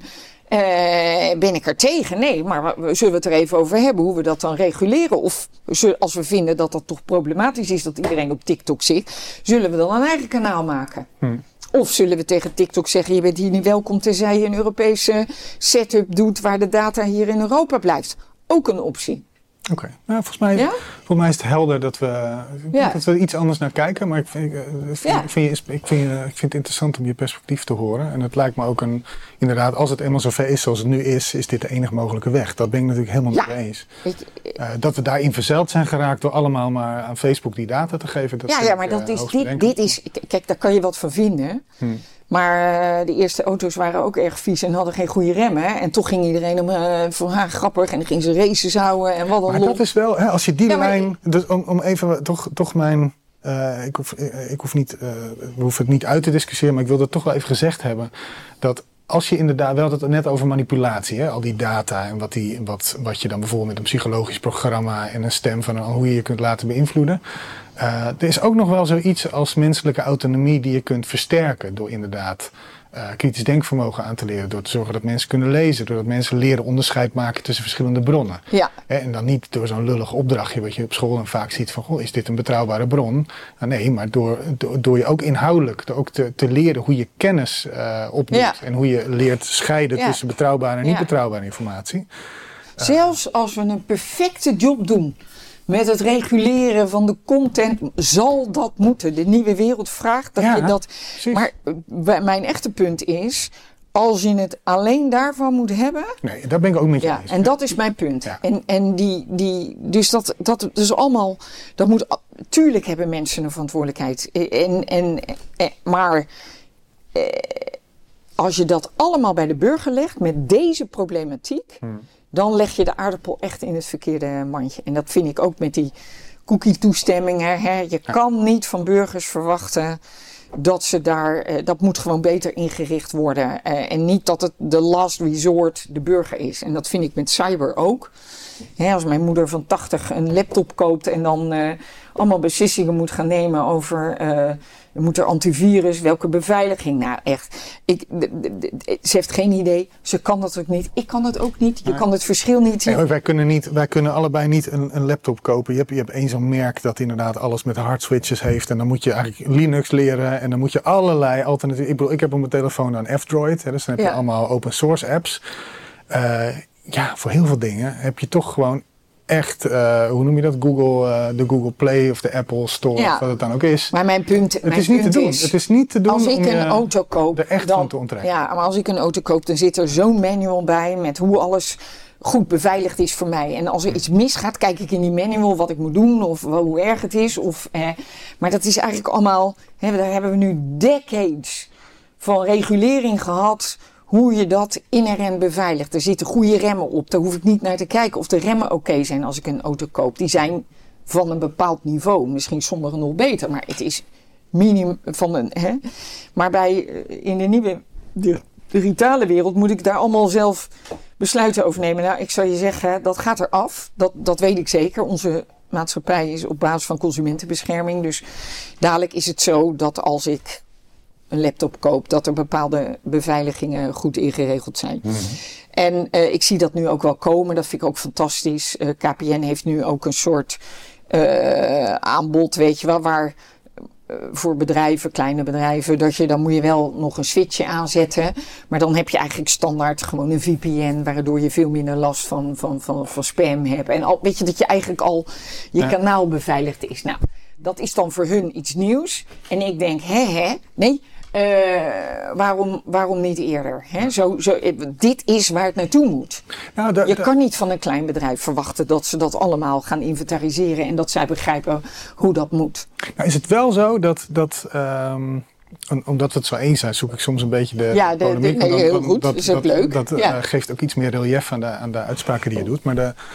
uh, ben ik er tegen? Nee, maar we, zullen we het er even over hebben hoe we dat dan reguleren? Of als we vinden dat dat toch problematisch is dat iedereen op TikTok zit, zullen we dan een eigen kanaal maken? Hmm. Of zullen we tegen TikTok zeggen, je bent hier niet welkom tenzij je een Europese setup doet waar de data hier in Europa blijft? Ook een optie. Oké, okay. nou, volgens, mij, ja? volgens mij is het helder dat we, ja. dat we er iets anders naar kijken. Maar ik vind, ik, vind, ja. ik, vind, ik, vind, ik vind het interessant om je perspectief te horen. En het lijkt me ook een, inderdaad, als het eenmaal zover is zoals het nu is, is dit de enige mogelijke weg. Dat ben ik natuurlijk helemaal ja. mee eens. Ik, uh, dat we daarin verzeild zijn geraakt door allemaal maar aan Facebook die data te geven. Dat ja, ja, maar ik, dat uh, is, dit, dit is, kijk, daar kan je wat van vinden. Hmm. Maar uh, de eerste auto's waren ook erg vies en hadden geen goede remmen. En toch ging iedereen om, uh, voor haar grappig en dan ging ze races houden en wat dan. Maar lol. Dat is wel, hè, als je die ja, lijn, ik, dus om, om even toch, toch mijn, uh, ik, hoef, ik hoef niet, uh, we hoeven het niet uit te discussiëren, maar ik wil dat toch wel even gezegd hebben. Dat als je inderdaad, we hadden het net over manipulatie, hè, al die data en wat, die, wat, wat je dan bijvoorbeeld met een psychologisch programma en een stem van een, hoe je je kunt laten beïnvloeden. Uh, er is ook nog wel zoiets als menselijke autonomie die je kunt versterken door inderdaad uh, kritisch denkvermogen aan te leren. Door te zorgen dat mensen kunnen lezen. Doordat mensen leren onderscheid maken tussen verschillende bronnen. Ja. En dan niet door zo'n lullig opdrachtje wat je op school dan vaak ziet van, goh, is dit een betrouwbare bron? Nou, nee, maar door, door, door je ook inhoudelijk door ook te, te leren hoe je kennis uh, opdoet. Ja. En hoe je leert scheiden ja. tussen betrouwbare en niet ja. betrouwbare informatie. Zelfs als we een perfecte job doen met het reguleren van de content, zal dat moeten. De nieuwe wereld vraagt dat ja, je dat. Precies. Maar mijn echte punt is, als je het alleen daarvan moet hebben... Nee, daar ben ik ook met je ja, eens. En dat is mijn punt. Ja. En, en die, die, dus dat, dat is allemaal... Dat moet, tuurlijk hebben mensen een verantwoordelijkheid. En, en, en, maar eh, als je dat allemaal bij de burger legt met deze problematiek... Hmm. dan leg je de aardappel echt in het verkeerde mandje. En dat vind ik ook met die cookie-toestemmingen. Hè. Je ja. kan niet van burgers verwachten... dat ze daar, uh, dat moet gewoon beter ingericht worden. Uh, en niet dat het de last resort de burger is. En dat vind ik met cyber ook. Hè, als mijn moeder van tachtig een laptop koopt en dan uh, allemaal beslissingen moet gaan nemen over... Uh, moet er antivirus, welke beveiliging? Nou echt, ik, de, de, de, ze heeft geen idee. Ze kan dat ook niet. Ik kan dat ook niet. Je nee. kan het verschil niet zien. Nee, wij, kunnen niet wij kunnen allebei niet een, een laptop kopen. Je hebt, je hebt één zo'n merk dat inderdaad alles met hard switches heeft. En dan moet je eigenlijk Linux leren. En dan moet je allerlei alternatieven... Ik bedoel, ik heb op mijn telefoon dan F-Droid. Hè, dus dan heb je ja. allemaal open source apps. Uh, ja, voor heel veel dingen heb je toch gewoon... Echt, uh, hoe noem je dat? Google, uh, de Google Play of de Apple Store, ja. of wat het dan ook is. Maar mijn punt, het mijn is punt niet te doen. is... Het is niet te doen als ik om een auto koop, er echt dan, van te onttrekken. Ja, maar als ik een auto koop, dan zit er zo'n manual bij met hoe alles goed beveiligd is voor mij. En als er iets misgaat, kijk ik in die manual wat ik moet doen of hoe erg het is. Of, eh, maar dat is eigenlijk allemaal... Hè, daar hebben we nu decades van regulering gehad... hoe je dat inherent beveiligt. Er zitten goede remmen op. Daar hoef ik niet naar te kijken of de remmen oké okay zijn als ik een auto koop. Die zijn van een bepaald niveau. Misschien sommige nog beter, maar het is minimum van een... Hè? Maar bij, in de nieuwe de digitale wereld moet ik daar allemaal zelf besluiten over nemen. Nou, ik zou je zeggen, dat gaat eraf. Dat, dat weet ik zeker. Onze maatschappij is op basis van consumentenbescherming. Dus dadelijk is het zo dat als ik... een laptop koop, dat er bepaalde beveiligingen goed ingeregeld zijn. Mm-hmm. En uh, ik zie dat nu ook wel komen. Dat vind ik ook fantastisch. Uh, K P N heeft nu ook een soort uh, aanbod, weet je wel, waar uh, voor bedrijven, kleine bedrijven, dat je dan moet je wel nog een switchje aanzetten. Maar dan heb je eigenlijk standaard gewoon een V P N, waardoor je veel minder last van, van, van, van spam hebt. En al, weet je dat je eigenlijk al je ja. kanaal beveiligd is. Nou, dat is dan voor hun iets nieuws. En ik denk, hè, hè, nee. Uh, waarom, waarom niet eerder? Hè? Zo, zo, dit is waar het naartoe moet. Nou, da, je da, kan niet van een klein bedrijf verwachten dat ze dat allemaal gaan inventariseren en dat zij begrijpen hoe dat moet. Nou, is het wel zo dat, dat um, omdat we het zo eens zijn, zoek ik soms een beetje de ja, de, polemiek. De, nee, heel goed, dat is ook dat, leuk. Dat, dat ja. uh, geeft ook iets meer relief aan de, aan de uitspraken die je doet. Maar de...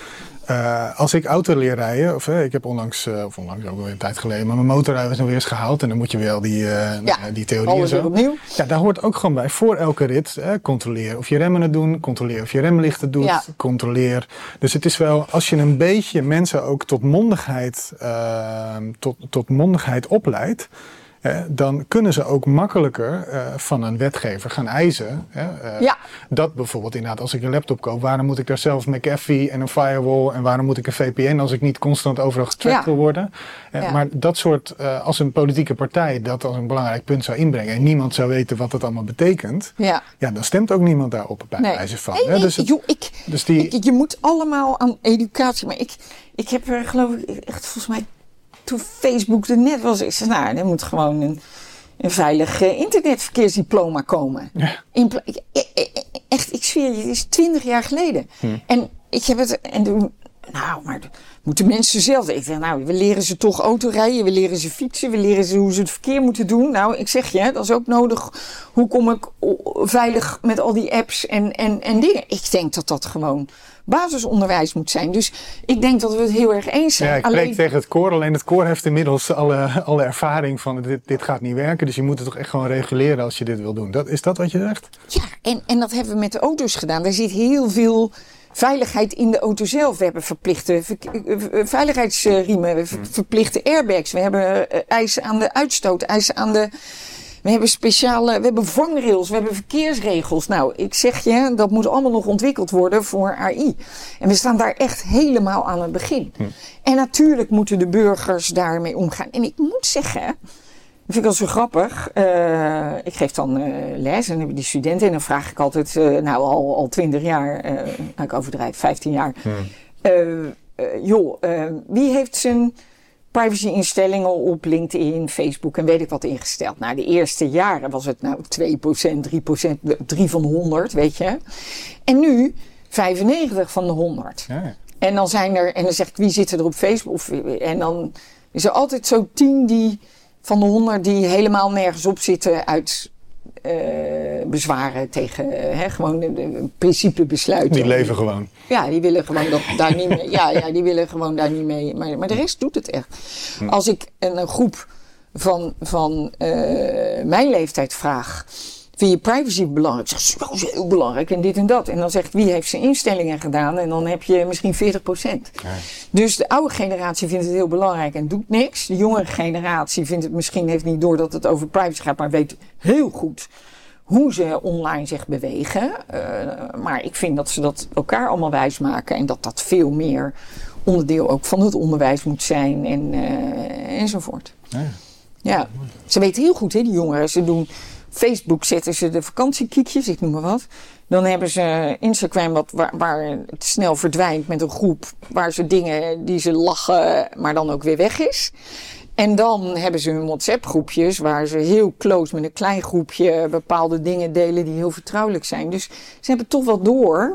Uh, als ik auto leer rijden, of uh, ik heb onlangs, uh, of onlangs ook alweer een tijd geleden, maar mijn motorrijden is nog weer eens gehaald en dan moet je wel die, uh, ja, uh, die theorie en zo. Opnieuw. Ja, daar hoort ook gewoon bij, voor elke rit, uh, controleer of je remmen het doen, controleer of je remlichten doet, ja. controleer. Dus het is wel, als je een beetje mensen ook tot mondigheid, uh, tot, tot mondigheid opleidt, Eh, dan kunnen ze ook makkelijker uh, van een wetgever gaan eisen. Eh, uh, ja. Dat bijvoorbeeld inderdaad, als ik een laptop koop, waarom moet ik daar zelf McAfee en een firewall en waarom moet ik een V P N als ik niet constant overal getrackt ja. wil worden. Uh, ja. Maar dat soort, uh, als een politieke partij dat als een belangrijk punt zou inbrengen en niemand zou weten wat dat allemaal betekent, ja, ja dan stemt ook niemand daarop bij nee. wijze van. Nee, nee, dus het, joh, ik, dus die, ik, je moet allemaal aan educatie, maar ik, ik heb er geloof ik echt volgens mij toen Facebook er net was, ik zei, nou, er moet gewoon een, een veilig uh, internetverkeersdiploma komen. Ja. In, ik, echt, ik zweer je, het is twintig jaar geleden. Hm. En ik heb het, en toen, nou, maar moeten mensen zelf, ik zeg, nou, we leren ze toch autorijden, we leren ze fietsen, we leren ze hoe ze het verkeer moeten doen. Nou, ik zeg je, dat is ook nodig. Hoe kom ik veilig met al die apps en, en, en dingen? Ik denk dat dat gewoon basisonderwijs moet zijn. Dus ik denk dat we het heel erg eens zijn. Ja, ik spreek alleen tegen het koor. Alleen het koor heeft inmiddels alle, alle ervaring van dit, dit gaat niet werken. Dus je moet het toch echt gewoon reguleren als je dit wil doen. Dat, is dat wat je zegt? Ja, en, en dat hebben we met de auto's gedaan. Daar zit heel veel veiligheid in de auto zelf. We hebben verplichte ver, veiligheidsriemen, we ver, verplichte airbags. We hebben uh, eisen aan de uitstoot, eisen aan de... We hebben speciale, we hebben vangrails, we hebben verkeersregels. Nou, ik zeg je, dat moet allemaal nog ontwikkeld worden voor A I. En we staan daar echt helemaal aan het begin. Hm. En natuurlijk moeten de burgers daarmee omgaan. En ik moet zeggen, dat vind ik al zo grappig. Uh, ik geef dan uh, les en dan heb je die studenten. En dan vraag ik altijd, uh, nou al, al twintig jaar, uh, nou ik overdrijf, vijftien jaar. Hm. Uh, uh, joh, uh, wie heeft zijn privacy-instellingen op LinkedIn, Facebook en weet ik wat ingesteld. Nou, de eerste jaren was het nou twee procent, drie procent, drie van de honderd, weet je. En nu vijfennegentig van de honderd. Ja. En dan zijn er, en dan zeg ik, wie zit er op Facebook? Of, en dan is er altijd zo tien die van de honderd die helemaal nergens op zitten uit uh, bezwaren tegen uh, hè, gewoon de, de principe besluiten. Die leven gewoon. Ja, die willen gewoon dat, daar niet mee. Ja, ja, die willen gewoon daar niet mee. Maar, maar de rest doet het echt. Hm. Als ik een, een groep van, van uh, mijn leeftijd vraag, vind je privacy belangrijk? Ik zeg, dat is heel belangrijk en dit en dat. En dan zegt wie heeft zijn instellingen gedaan? En dan heb je misschien veertig procent. Ja. Dus de oude generatie vindt het heel belangrijk en doet niks. De jongere generatie vindt het misschien, heeft niet door dat het over privacy gaat, maar weet heel goed hoe ze online zich bewegen. Uh, maar ik vind dat ze dat elkaar allemaal wijsmaken en dat dat veel meer onderdeel ook van het onderwijs moet zijn en, uh, enzovoort. Ja. Ja, ze weten heel goed, hè, die jongeren. Ze doen Facebook, zetten ze de vakantiekiekjes, ik noem maar wat. Dan hebben ze Instagram wat, waar, waar het snel verdwijnt met een groep waar ze dingen die ze lachen, maar dan ook weer weg is. En dan hebben ze hun WhatsApp-groepjes waar ze heel close met een klein groepje bepaalde dingen delen die heel vertrouwelijk zijn. Dus ze hebben toch wel door.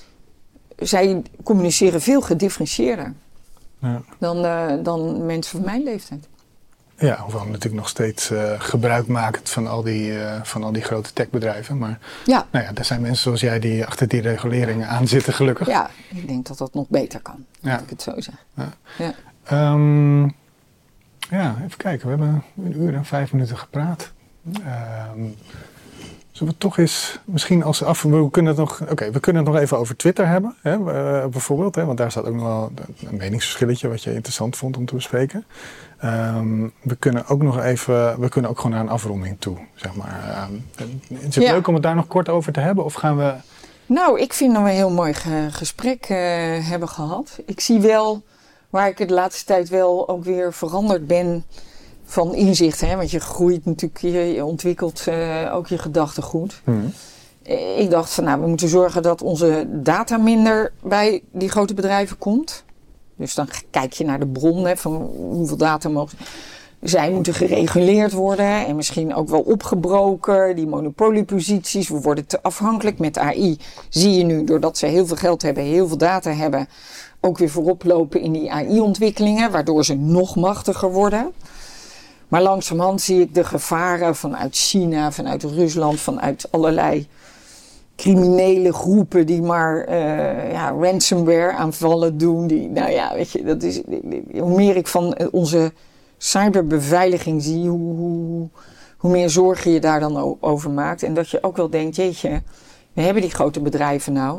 Zij communiceren veel gedifferentieerder ja. dan, uh, dan mensen van mijn leeftijd. Ja, hoewel natuurlijk nog steeds uh, gebruik maken van al die, uh, van al die grote techbedrijven. Maar ja. Nou ja, er zijn mensen zoals jij die achter die reguleringen aan zitten, gelukkig. Ja, ik denk dat dat nog beter kan, ja. Laat ik het zo zeg. Ja. Ja. Um, ja, even kijken. We hebben een uur en vijf minuten gepraat. Um, Zullen we toch eens, misschien als af, we kunnen het nog, oké, okay, we kunnen het nog even over Twitter hebben, hè, uh, bijvoorbeeld, hè, want daar staat ook nog wel een meningsverschilletje wat je interessant vond om te bespreken. Um, we kunnen ook nog even, we kunnen ook gewoon naar een afronding toe, zeg maar. Um, is het ja. leuk om het daar nog kort over te hebben, of gaan we? Nou, ik vind dat we een heel mooi ge- gesprek uh, hebben gehad. Ik zie wel, waar ik de laatste tijd wel ook weer veranderd ben van inzicht, hè? Want je groeit natuurlijk, je, je ontwikkelt uh, ook je gedachtegoed. Hmm. Ik dacht van, nou, we moeten zorgen dat onze data minder bij die grote bedrijven komt. Dus dan kijk je naar de bron, hè, van hoeveel data mogen. Zij moeten gereguleerd worden en misschien ook wel opgebroken. Die monopolieposities, we worden te afhankelijk. Met A I zie je nu, doordat ze heel veel geld hebben, heel veel data hebben, ook weer voorop lopen in die A I-ontwikkelingen, waardoor ze nog machtiger worden. Maar langzamerhand zie ik de gevaren vanuit China, vanuit Rusland, vanuit allerlei criminele groepen die maar uh, ja, ransomware aanvallen doen. Die, nou ja, weet je, dat is, hoe meer ik van onze cyberbeveiliging zie, hoe, hoe, hoe meer zorgen je daar dan over maakt. En dat je ook wel denkt, jeetje, we hebben die grote bedrijven nou.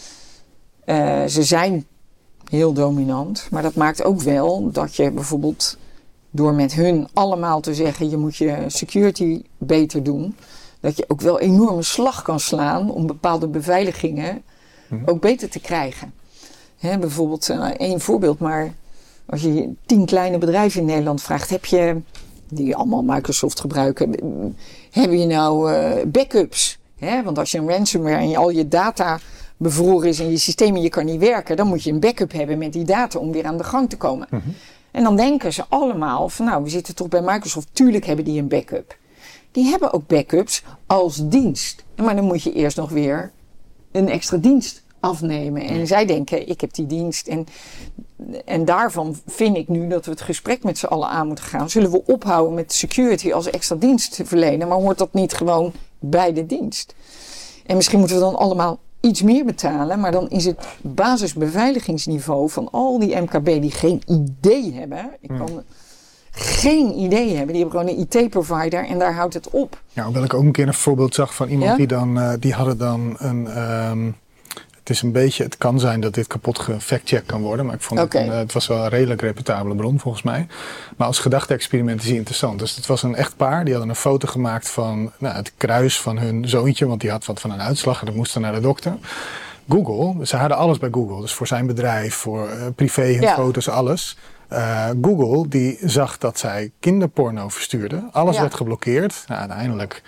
Uh, ze zijn heel dominant, maar dat maakt ook wel dat je bijvoorbeeld door met hun allemaal te zeggen, je moet je security beter doen, dat je ook wel enorme slag kan slaan om bepaalde beveiligingen mm-hmm. ook beter te krijgen. Hè, bijvoorbeeld, uh, één voorbeeld, maar als je tien kleine bedrijven in Nederland vraagt, heb je, die allemaal Microsoft gebruiken, heb je nou uh, backups? Hè? Want als je een ransomware en je, al je data bevroren is en je systeem en je kan niet werken, dan moet je een backup hebben met die data om weer aan de gang te komen. Mm-hmm. En dan denken ze allemaal van, nou, we zitten toch bij Microsoft, tuurlijk hebben die een backup. Die hebben ook backups als dienst. Maar dan moet je eerst nog weer een extra dienst afnemen. En zij denken, ik heb die dienst. En, en daarvan vind ik nu dat we het gesprek met z'n allen aan moeten gaan. Zullen we ophouden met security als extra dienst te verlenen? Maar hoort dat niet gewoon bij de dienst? En misschien moeten we dan allemaal iets meer betalen, maar dan is het basisbeveiligingsniveau van al die M K B die geen idee hebben. Ik kan hmm. geen idee hebben. Die hebben gewoon een I T-provider en daar houdt het op. Ja, hoewel ik ook een keer een voorbeeld zag van iemand ja? die dan, uh, die hadden dan een, um, het is een beetje, het kan zijn dat dit kapot gefactcheckt kan worden, maar ik vond okay. het, een, uh, het was wel een redelijk reputabele bron volgens mij. Maar als gedachte-experiment is die interessant. Dus het was een echt paar, die hadden een foto gemaakt van nou, het kruis van hun zoontje, want die had wat van een uitslag en dat moest dan naar de dokter. Google, ze hadden alles bij Google, dus voor zijn bedrijf, voor uh, privé, hun ja. foto's, alles. Uh, Google die zag dat zij kinderporno verstuurden. Alles ja. werd geblokkeerd. Nou, uiteindelijk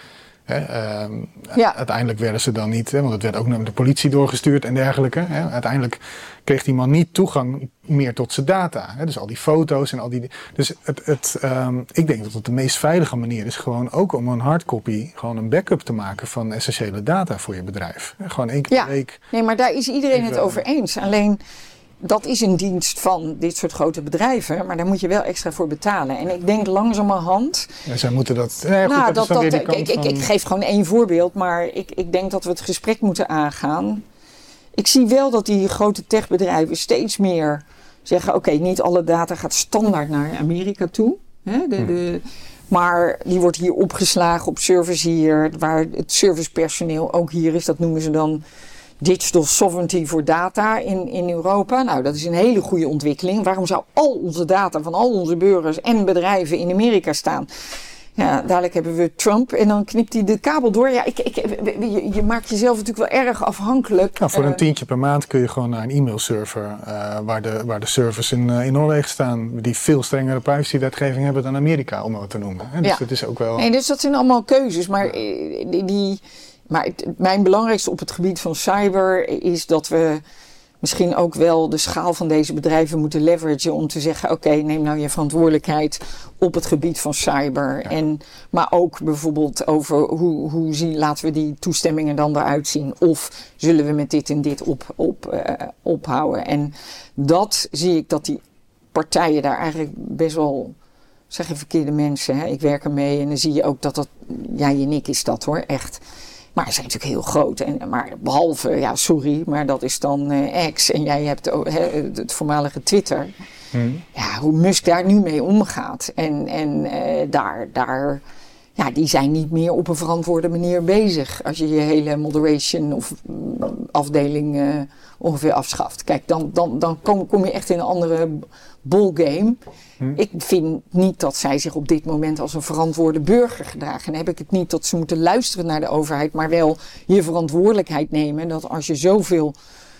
Hè, um, ja. Uiteindelijk werden ze dan niet, hè, want het werd ook naar de politie doorgestuurd en dergelijke. Hè. Uiteindelijk kreeg die man niet toegang meer tot zijn data. Hè. Dus al die foto's en al die... Dus het, het, um, ik denk dat het de meest veilige manier is gewoon ook om een hardcopy, gewoon een backup te maken van essentiële data voor je bedrijf. Hè. Gewoon één keer ja. per week. Nee, maar daar is iedereen even, het over eens. Alleen... Dat is een dienst van dit soort grote bedrijven, maar daar moet je wel extra voor betalen. En ik denk langzamerhand... Ja, zij moeten dat... Nee, goed, nou, dat, dat, is dat, ik, ik, ik, ik geef gewoon één voorbeeld, maar ik, ik denk dat we het gesprek moeten aangaan. Ik zie wel dat die grote techbedrijven steeds meer zeggen... Oké, okay, niet alle data gaat standaard naar Amerika toe. Hè? De, hmm. de, maar die wordt hier opgeslagen op servers hier, waar het servicepersoneel ook hier is. Dat noemen ze dan... Digital sovereignty voor data in, in Europa. Nou, dat is een hele goede ontwikkeling. Waarom zou al onze data van al onze burgers en bedrijven in Amerika staan? Ja, dadelijk hebben we Trump en dan knipt hij de kabel door. Ja, ik, ik, je, je maakt jezelf natuurlijk wel erg afhankelijk. Nou, voor uh, een tientje per maand kun je gewoon naar een e-mailserver uh, waar, de, waar de servers in, uh, in Noorwegen staan. Die veel strengere privacywetgeving hebben dan Amerika, om het te noemen. Hè? Dus ja. het is ook wel... Nee, dus dat zijn allemaal keuzes. Maar die... die Maar het, mijn belangrijkste op het gebied van cyber is dat we misschien ook wel de schaal van deze bedrijven moeten leveragen om te zeggen, oké, okay, neem nou je verantwoordelijkheid op het gebied van cyber. Ja. En, maar ook bijvoorbeeld over hoe, hoe zien, laten we die toestemmingen dan eruit zien. Of zullen we met dit en dit op, op, uh, ophouden. En dat zie ik dat die partijen daar eigenlijk best wel... Zeg je verkeerde mensen, hè? Ik werk ermee en dan zie je ook dat dat... Ja, je nik is dat hoor, echt... Maar ze zijn natuurlijk heel groot. En, maar behalve, ja, sorry, maar dat is dan uh, X. En jij hebt uh, het voormalige Twitter. Hmm. Ja, hoe Musk daar nu mee omgaat. En, en uh, daar, daar, ja, die zijn niet meer op een verantwoorde manier bezig. Als je je hele moderation of uh, afdeling uh, ongeveer afschaft. Kijk, dan, dan, dan kom, kom je echt in een andere ballgame. Hmm. Ik vind niet dat zij zich op dit moment als een verantwoorde burger gedragen. En heb ik het niet dat ze moeten luisteren naar de overheid, maar wel je verantwoordelijkheid nemen. Dat als je zoveel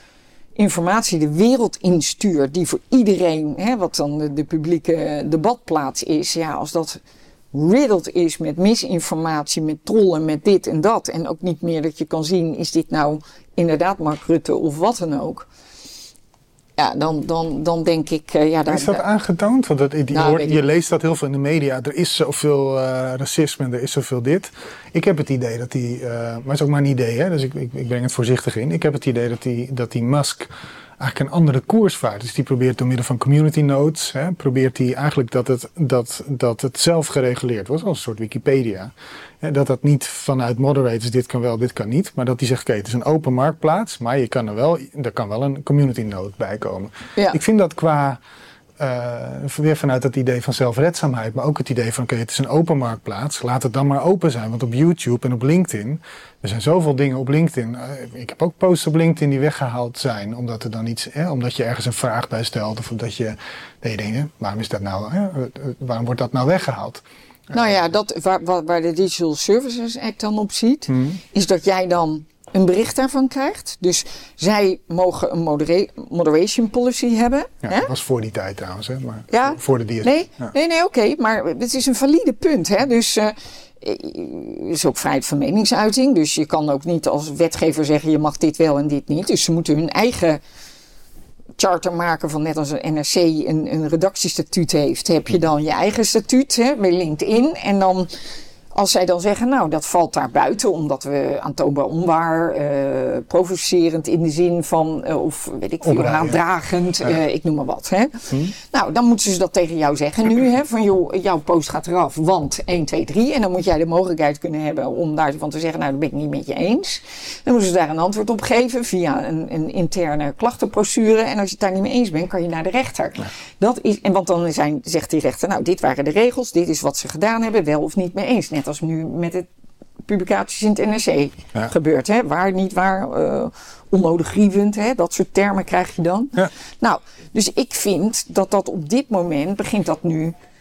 informatie de wereld instuurt, die voor iedereen, hè, wat dan de, de publieke debatplaats is, ja, als dat riddled is met misinformatie, met trollen, met dit en dat. En ook niet meer dat je kan zien, is dit nou inderdaad Mark Rutte of wat dan ook. Ja, dan, dan, dan denk ik... Uh, ja, daar, is dat daar, aangetoond? Want dat, die nou, hoort, je leest dat heel veel in de media. Er is zoveel uh, racisme, er is zoveel dit. Ik heb het idee dat die... Uh, maar het is ook maar een idee, hè? Dus ik, ik, ik breng het voorzichtig in. Ik heb het idee dat die, dat die Musk eigenlijk een andere koers vaart. Dus die probeert door middel van community nodes... Hè, probeert hij eigenlijk dat het, dat, dat het zelf gereguleerd wordt. Als een soort Wikipedia. Hè, dat dat niet vanuit moderators, dit kan wel, dit kan niet. Maar dat hij zegt, oké, okay, het is een open marktplaats. Maar je kan er, wel, er kan wel een community node bij komen. Ja. Ik vind dat qua... Uh, weer vanuit dat idee van zelfredzaamheid, maar ook het idee van oké, okay, het is een open marktplaats, laat het dan maar open zijn. Want op YouTube en op LinkedIn, er zijn zoveel dingen op LinkedIn. Uh, ik heb ook posts op LinkedIn die weggehaald zijn, omdat er dan iets, eh, omdat je ergens een vraag bij stelt of omdat je, dat je denkt, waarom is dat nou, eh, waarom wordt dat nou weggehaald? Nou ja, dat, waar, waar de Digital Services Act dan op ziet, hmm. is dat jij dan een bericht daarvan krijgt. Dus zij mogen een modera- moderation policy hebben. Ja, hè? Dat was voor die tijd trouwens, hè? Maar ja? voor de dieren. Nee, ja. nee, nee oké. Okay, maar het is een valide punt. Hè? Dus uh, is ook vrijheid van meningsuiting. Dus je kan ook niet als wetgever zeggen, je mag dit wel en dit niet. Dus ze moeten hun eigen charter maken van net als een N R C een, een redactiestatuut heeft. Heb je dan je eigen statuut, hè, bij LinkedIn. En dan... Als zij dan zeggen, nou, dat valt daar buiten, omdat we aantoonbaar onwaar, uh, provocerend in de zin van, uh, of weet ik veel, haatdragend, ja. uh, ik noem maar wat. Hè. Hmm. Nou, dan moeten ze dat tegen jou zeggen nu, hè, van joh, jouw post gaat eraf, want één, twee, drie. En dan moet jij de mogelijkheid kunnen hebben om daarvan te zeggen, nou, dat ben ik niet met je eens. Dan moeten ze daar een antwoord op geven via een, een interne klachtenprocedure. En als je het daar niet mee eens bent, kan je naar de rechter. Ja. Dat is, en want dan zijn, zegt die rechter, nou, dit waren de regels, dit is wat ze gedaan hebben, wel of niet mee eens. Net als nu met de publicaties in het N R C ja. gebeurt. Hè? Waar, niet waar, uh, onnodig grievend. Hè? Dat soort termen krijg je dan. Ja. Nou, dus ik vind dat dat op dit moment begint dat nu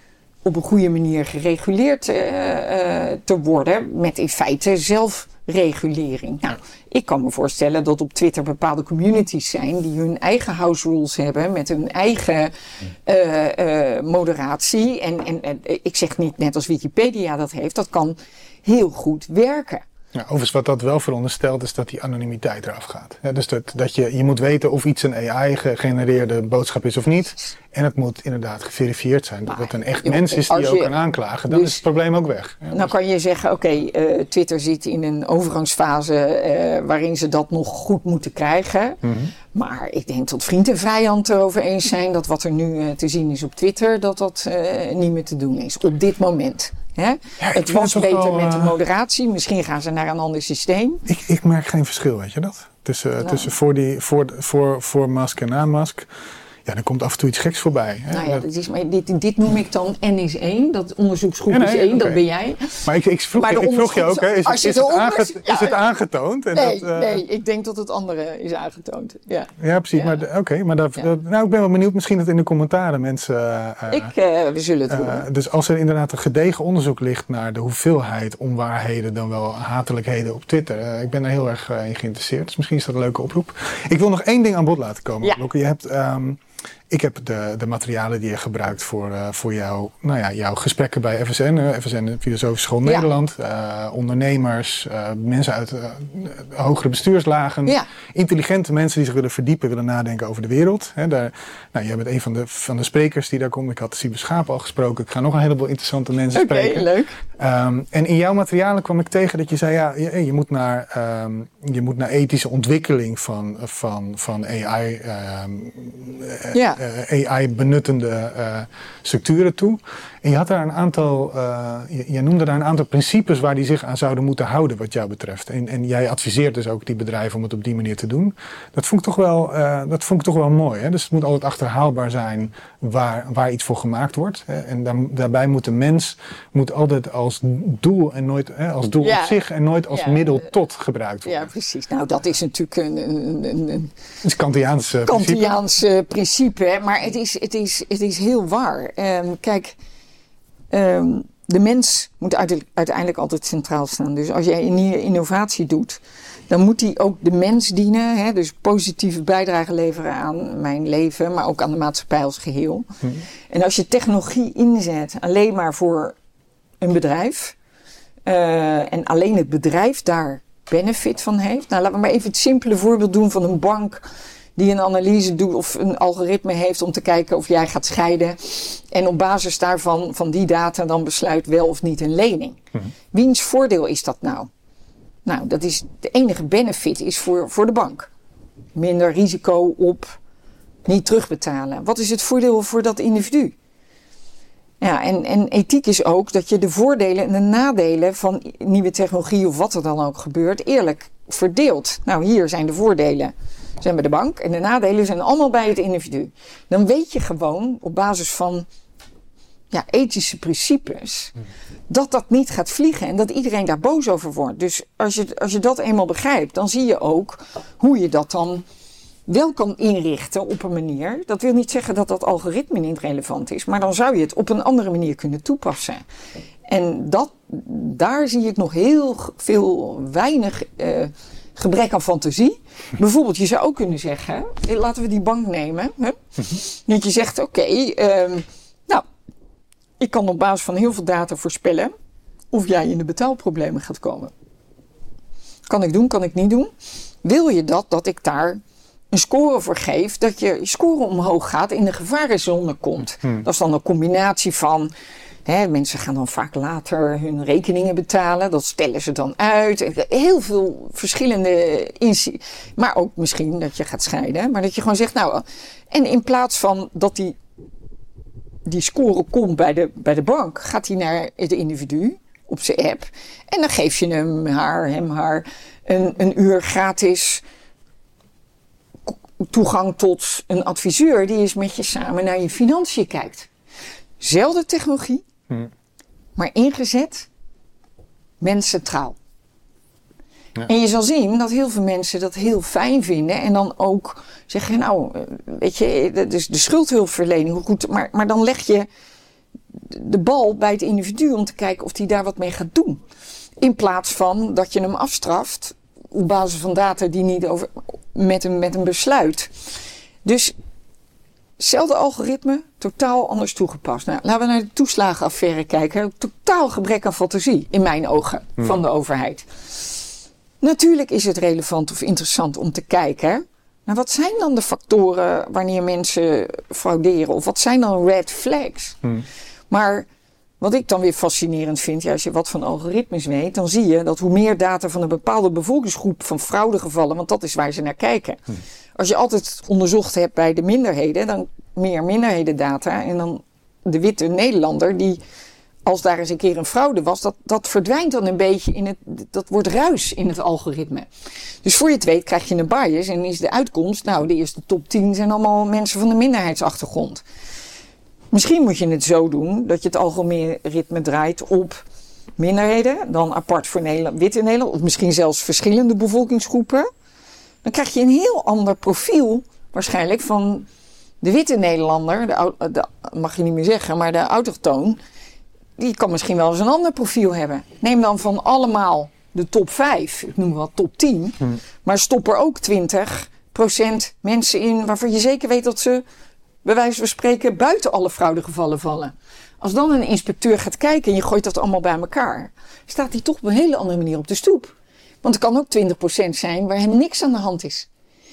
op een goede manier gereguleerd uh, uh, te worden met in feite zelfregulering. Nou, ik kan me voorstellen dat op Twitter bepaalde communities zijn die hun eigen house rules hebben met hun eigen uh, uh, moderatie. En, en, en ik zeg niet net als Wikipedia dat heeft, dat kan heel goed werken. Ja, overigens wat dat wel veronderstelt is dat die anonimiteit eraf gaat. Ja, dus dat, dat je, je moet weten of iets een A I-gegenereerde boodschap is of niet. En het moet inderdaad geverifieerd zijn. Dat het een echt mens is die je ook kan aanklagen. Dan dus, is het probleem ook weg. Ja, nou dus kan je zeggen, oké, okay, uh, Twitter zit in een overgangsfase uh, waarin ze dat nog goed moeten krijgen. Mm-hmm. Maar ik denk dat vriend en vijand erover eens zijn dat wat er nu uh, te zien is op Twitter, dat dat uh, niet meer te doen is op dit moment. Hè? Ja, het was beter wel, uh, met de moderatie. Misschien gaan ze naar een ander systeem. Ik, ik merk geen verschil, weet je dat? Tussen, nou. tussen voor, die, voor, voor, voor Musk en na Musk. Ja, er komt af en toe iets geks voorbij. Hè? Nou ja, dat is, maar dit, dit noem ik dan N is één. Dat onderzoeksgroep ja, nee, is één, okay. Dat ben jij. Maar ik, ik vroeg, maar ik vroeg je ook, hè, is, het, is, het aange, ja, is het aangetoond? En nee, dat, uh, nee, ik denk dat het andere is aangetoond. Ja, ja precies. Ja. Maar oké, okay, maar dat, ja. dat, nou, ik ben wel benieuwd. Misschien dat in de commentaren mensen... Uh, ik, uh, we zullen het uh, doen. Dus als er inderdaad een gedegen onderzoek ligt naar de hoeveelheid onwaarheden dan wel hatelijkheden op Twitter. Uh, ik ben daar heel erg uh, in geïnteresseerd. Dus misschien is dat een leuke oproep. Ik wil nog één ding aan bod laten komen. Ja. Je hebt... Um, Ik heb de, de materialen die je gebruikt voor, uh, voor jou, nou ja, jouw gesprekken bij F S N. Uh, F S N, Filosofische School ja. Nederland. Uh, ondernemers, uh, mensen uit uh, hogere bestuurslagen. Ja. Intelligente mensen die zich willen verdiepen, willen nadenken over de wereld. He, daar, nou, jij bent een van de, van de sprekers die daar komt. Ik had Siebe Schaap al gesproken. Ik ga nog een heleboel interessante mensen okay, spreken. Leuk. Um, en in jouw materialen kwam ik tegen dat je zei, ja, je, je, moet, naar, um, je moet naar ethische ontwikkeling van, van, van A I... Um, ja. Uh, A I-benuttende uh, structuren toe. En je had daar een aantal, uh, je, je noemde daar een aantal principes waar die zich aan zouden moeten houden wat jou betreft. En, en jij adviseert dus ook die bedrijven om het op die manier te doen. Dat vond ik toch wel, uh, dat vond ik toch wel mooi. Hè? Dus het moet altijd achterhaalbaar zijn waar, waar iets voor gemaakt wordt. Hè? En daar, daarbij moet de mens moet altijd als doel en nooit hè, als doel ja. op zich en nooit als ja. middel tot gebruikt worden. Ja, precies. Nou, dat is natuurlijk een, een, een, een het is Kantiaans uh, Kantiaans principe. principe hè? Maar het is, het, is, het is heel waar. Um, kijk. Um, de mens moet uiteindelijk altijd centraal staan. Dus als jij een innovatie doet, dan moet die ook de mens dienen. Hè? Dus positieve bijdrage leveren aan mijn leven, maar ook aan de maatschappij als geheel. Hmm. En als je technologie inzet alleen maar voor een bedrijf, uh, en alleen het bedrijf daar benefit van heeft. Nou, laten we maar even het simpele voorbeeld doen van een bank die een analyse doet of een algoritme heeft om te kijken of jij gaat scheiden. En op basis daarvan, van die data, dan besluit wel of niet een lening. Mm-hmm. Wiens voordeel is dat nou? Nou, dat is de enige benefit is voor, voor de bank. Minder risico op niet terugbetalen. Wat is het voordeel voor dat individu? Ja, en, en ethiek is ook dat je de voordelen en de nadelen van nieuwe technologie of wat er dan ook gebeurt, eerlijk verdeelt. Nou, hier zijn de voordelen. Zijn bij de bank en de nadelen zijn allemaal bij het individu. Dan weet je gewoon op basis van ja, ethische principes dat dat niet gaat vliegen en dat iedereen daar boos over wordt. Dus als je, als je dat eenmaal begrijpt, dan zie je ook hoe je dat dan wel kan inrichten op een manier. Dat wil niet zeggen dat dat algoritme niet relevant is, maar dan zou je het op een andere manier kunnen toepassen. En dat, daar zie ik nog heel veel weinig uh, gebrek aan fantasie. Bijvoorbeeld, je zou ook kunnen zeggen, laten we die bank nemen. Hè? Dat je zegt, oké, okay, um, nou, ik kan op basis van heel veel data voorspellen of jij in de betaalproblemen gaat komen. Kan ik doen, kan ik niet doen. Wil je dat, dat ik daar een score voor geef, dat je score omhoog gaat in de gevarenzone komt. Hmm. Dat is dan een combinatie van, hè, mensen gaan dan vaak later hun rekeningen betalen, dat stellen ze dan uit. Heel veel verschillende inzie- maar ook misschien dat je gaat scheiden, maar dat je gewoon zegt, nou, en in plaats van dat die, die score komt bij de, bij de bank, gaat hij naar het individu op zijn app en dan geef je hem, haar, hem, haar een, een uur gratis toegang tot een adviseur die eens met je samen naar je financiën kijkt. Zelfde technologie, hmm. maar ingezet, mens centraal. Ja. En je zal zien dat heel veel mensen dat heel fijn vinden en dan ook zeggen, nou, weet je, dat is de schuldhulpverlening, hoe goed, maar, maar dan leg je de bal bij het individu om te kijken of hij daar wat mee gaat doen. In plaats van dat je hem afstraft op basis van data die niet over, met, een, met een besluit. Dus hetzelfde algoritme, totaal anders toegepast. Nou, laten we naar de toeslagenaffaire kijken. Totaal gebrek aan fantasie, in mijn ogen, hmm. van de overheid. Natuurlijk is het relevant of interessant om te kijken. Nou, wat zijn dan de factoren wanneer mensen frauderen? Of wat zijn dan red flags? Hmm. Maar wat ik dan weer fascinerend vind, ja, als je wat van algoritmes weet, dan zie je dat hoe meer data van een bepaalde bevolkingsgroep van fraudegevallen, want dat is waar ze naar kijken. Hmm. Als je altijd onderzocht hebt bij de minderheden, dan meer minderhedendata en dan de witte Nederlander die, als daar eens een keer een fraude was, dat, dat verdwijnt dan een beetje in het, dat wordt ruis in het algoritme. Dus voor je het weet krijg je een bias en is de uitkomst, nou, de eerste top tien zijn allemaal mensen van de minderheidsachtergrond. Misschien moet je het zo doen dat je het algoritme draait op minderheden, dan apart voor Nederland, witte Nederland, of misschien zelfs verschillende bevolkingsgroepen. Dan krijg je een heel ander profiel waarschijnlijk van de witte Nederlander, de, de, mag je niet meer zeggen, maar de autochtoon. Die kan misschien wel eens een ander profiel hebben. Neem dan van allemaal de top vijf, ik noem wel top tien. Hmm. Maar stop er ook twintig procent mensen in waarvan je zeker weet dat ze, bij wijze van spreken, buiten alle fraudegevallen vallen. Als dan een inspecteur gaat kijken en je gooit dat allemaal bij elkaar, staat hij toch op een hele andere manier op de stoep. Want er kan ook twintig procent zijn waar helemaal niks aan de hand is.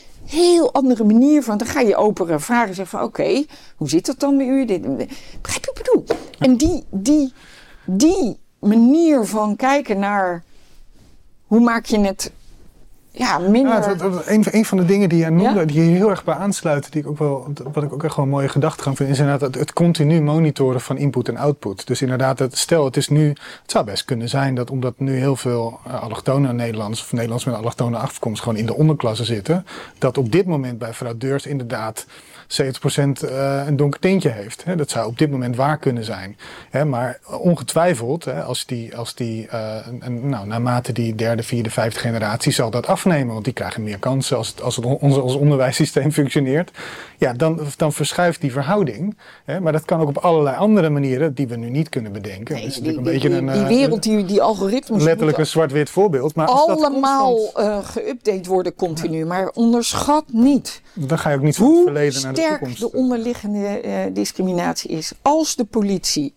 Heel andere manier van, dan ga je openere vragen zeggen van oké, okay, hoe zit dat dan bij u? Dit, begrijp je wat ik bedoel? En die, die, die manier van kijken naar hoe maak je het ja, minder... Ja, dat, dat, een, een van de dingen die jij noemde, ja? die je heel erg bij aansluiten, die ik ook wel, wat ik ook echt wel een mooie gedachtegang vind, is inderdaad het, het continu monitoren van input en output. Dus inderdaad, het, stel het is nu, het zou best kunnen zijn dat omdat nu heel veel uh, allochtone Nederlands of Nederlands met een allochtone afkomst gewoon in de onderklasse zitten, dat op dit moment bij fraudeurs inderdaad zeventig procent uh, een donker tintje heeft. Hè. Dat zou op dit moment waar kunnen zijn. Hè, maar ongetwijfeld, hè, als die, als die uh, een, nou, naarmate die derde, vierde, vijfde generatie zal dat afnemen, want die krijgen meer kansen als het, als het on, ons onderwijssysteem functioneert. Ja, dan, dan verschuift die verhouding. Hè, maar dat kan ook op allerlei andere manieren die we nu niet kunnen bedenken. Nee, dat is die, natuurlijk die, een beetje die, een, die wereld, die, die algoritmes, letterlijk een zwart-wit voorbeeld. Maar allemaal constant, uh, geüpdate worden continu. Ja. Maar onderschat niet. Dan ga je ook niet van het verleden naar de sterk toekomst. De onderliggende uh, discriminatie is. Als de politie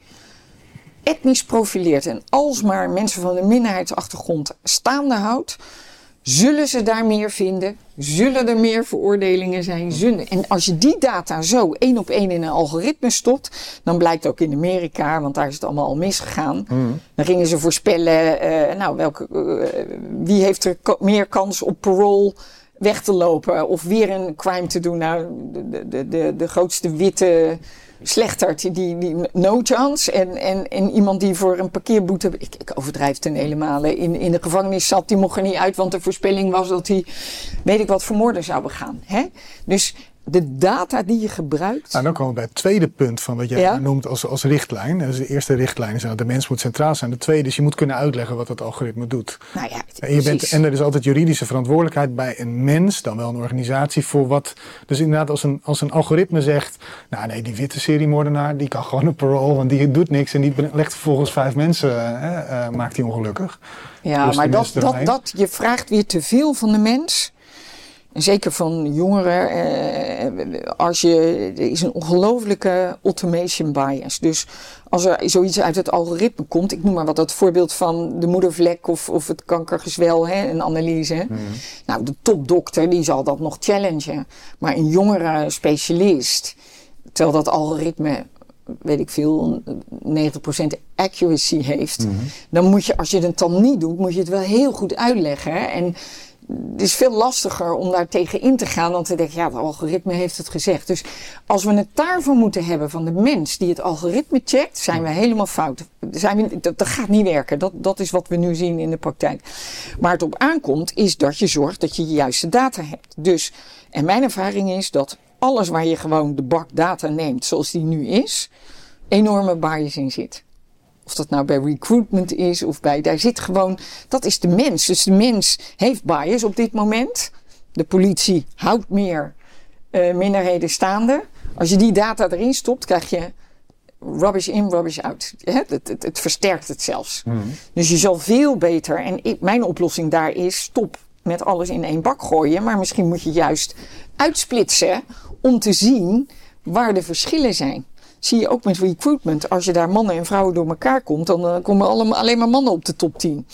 etnisch profileert en alsmaar mensen van de minderheidsachtergrond staande houdt, zullen ze daar meer vinden, zullen er meer veroordelingen zijn. Zullen, en als je die data zo één op één in een algoritme stopt, dan blijkt ook in Amerika, want daar is het allemaal al misgegaan, mm. dan gingen ze voorspellen, uh, nou, welke, uh, wie heeft er ko- meer kans op parole weg te lopen of weer een crime te doen. Nou, de, de, de, de grootste witte slechterd, die, die no chance. En, en, en iemand die voor een parkeerboete, ik, ik overdrijf ten helemaal, in, in de gevangenis zat, die mocht er niet uit, want de voorspelling was dat hij, weet ik wat, voor moorden zou begaan. Hè? Dus de data die je gebruikt. Nou, dan komen we bij het tweede punt van wat jij ja? noemt als, als richtlijn. Dus de eerste richtlijn is dat de mens moet centraal zijn. De tweede is je moet kunnen uitleggen wat het algoritme doet. Nou ja, en, je bent, en er is altijd juridische verantwoordelijkheid bij een mens, dan wel een organisatie, voor wat. Dus inderdaad, als een, als een algoritme zegt, nou nee, die witte seriemoordenaar, die kan gewoon een parole, want die doet niks en die legt vervolgens vijf mensen, hè, uh, maakt die ongelukkig. Ja, dus maar dat, dat, dat, je vraagt weer te veel van de mens. En zeker van jongeren, eh, als je, er is een ongelofelijke automation bias. Dus als er zoiets uit het algoritme komt, ik noem maar wat dat voorbeeld van de moedervlek of, of het kankergezwel, hè, een analyse. Hè. Mm-hmm. Nou, de topdokter die zal dat nog challengen. Maar een jongere specialist, terwijl dat algoritme, weet ik veel, negentig procent accuracy heeft. Mm-hmm. Dan moet je, als je het dan niet doet, moet je het wel heel goed uitleggen. Hè. En het is veel lastiger om daar tegen in te gaan dan te denken, ja, het algoritme heeft het gezegd. Dus als we het daarvan moeten hebben van de mens die het algoritme checkt, zijn we helemaal fout. Zijn we, dat, dat gaat niet werken. Dat, dat is wat we nu zien in de praktijk. Waar het op aankomt is dat je zorgt dat je de juiste data hebt. Dus, en mijn ervaring is dat alles waar je gewoon de bak data neemt zoals die nu is, enorme bias in zit. Of dat nou bij recruitment is of bij, daar zit gewoon, dat is de mens. Dus de mens heeft bias op dit moment. De politie houdt meer uh, minderheden staande. Als je die data erin stopt, krijg je rubbish in, rubbish out. Het, het, het, het versterkt het zelfs. Mm. Dus je zal veel beter... En ik, mijn oplossing daar is... stop met alles in één bak gooien. Maar misschien moet je juist uitsplitsen... om te zien waar de verschillen zijn. Zie je ook met recruitment. Als je daar mannen en vrouwen door elkaar komt... dan uh, komen allemaal, alleen maar mannen op de top tien.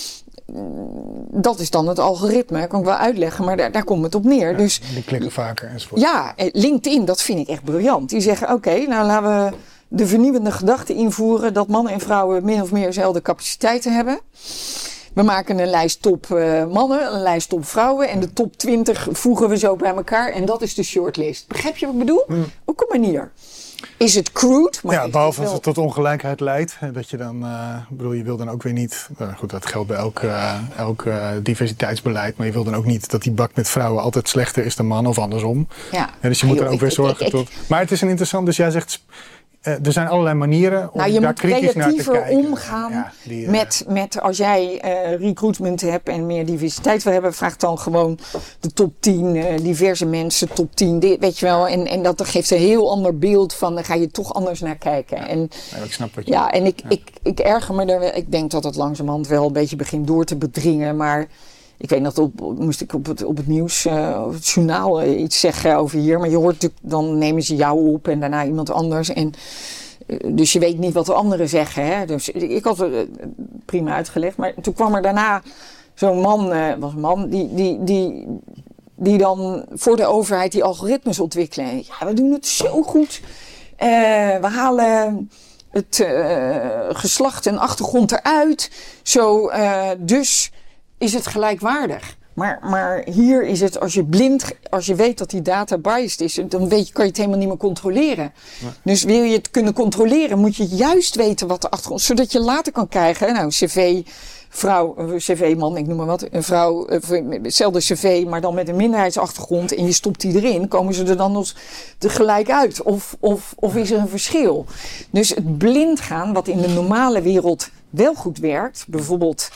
Dat is dan het algoritme. Dat kan ik wel uitleggen, maar daar, daar komt het op neer. Ja, dus, die klikken vaker enzovoort. Ja, LinkedIn, dat vind ik echt briljant. Die zeggen, oké, okay, nou laten we de vernieuwende gedachte invoeren... dat mannen en vrouwen min of meer dezelfde capaciteiten hebben. We maken een lijst top uh, mannen, een lijst top vrouwen... en de top twintig voegen we zo bij elkaar... en dat is de shortlist. Begrijp je wat ik bedoel? Mm. Ook een manier. Is het crude? Maar ja, behalve als het tot ongelijkheid leidt. Dat je dan, uh, bedoel, je wil dan ook weer niet... Uh, goed, dat geldt bij elk, uh, elk uh, diversiteitsbeleid. Maar je wil dan ook niet dat die bak met vrouwen altijd slechter is dan mannen of andersom. Ja. Ja, dus je moet er ook ik, weer zorgen ik, ik, tot... Maar het is een interessant... Dus jij zegt... Uh, er zijn allerlei manieren om nou, daar kritisch naar te kijken. Je moet creatiever omgaan ja, die, uh, met, met... Als jij uh, recruitment hebt en meer diversiteit wil hebben... vraag dan gewoon de top tien uh, diverse mensen, top tien, dit, weet je wel. En, en dat geeft een heel ander beeld van... dan ga je toch anders naar kijken. Ja, en, ja, ik snap wat je Ja, en ik, ja. ik, ik erger me er... Ik denk dat het langzamerhand wel een beetje begint door te bedringen, maar... Ik weet nog, op, moest ik op het, op het nieuws, uh, op het journaal uh, iets zeggen over hier. Maar je hoort natuurlijk, dan nemen ze jou op en daarna iemand anders. En, uh, dus je weet niet wat de anderen zeggen. Hè? Dus ik had het uh, prima uitgelegd. Maar toen kwam er daarna zo'n man, uh, was een man, die, die, die, die dan voor de overheid die algoritmes ontwikkelen. Ja, we doen het zo goed. Uh, we halen... het uh, geslacht en achtergrond eruit. Zo, uh, dus... is het gelijkwaardig. Maar, maar hier is het, als je blind, als je weet dat die data biased is, dan weet je, kan je het helemaal niet meer controleren. Nee. Dus wil je het kunnen controleren, moet je juist weten wat de achtergrond is, zodat je later kan krijgen, nou, cv, vrouw, cv-man, ik noem maar wat, een vrouw, hetzelfde cv, maar dan met een minderheidsachtergrond en je stopt die erin, komen ze er dan nog tegelijk uit? Of, of, of is er een verschil? Dus het blind gaan, wat in de normale wereld wel goed werkt, bijvoorbeeld...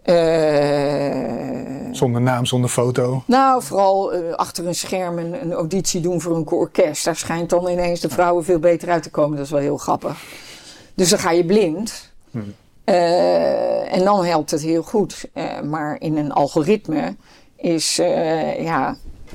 Uh, zonder naam, zonder foto. Nou, vooral uh, achter een scherm een, een auditie doen voor een orkest. Daar schijnt dan ineens de vrouwen veel beter uit te komen. Dat is wel heel grappig. Dus dan ga je blind. Hmm. Uh, en dan helpt het heel goed. Uh, maar in een algoritme is, uh, ja...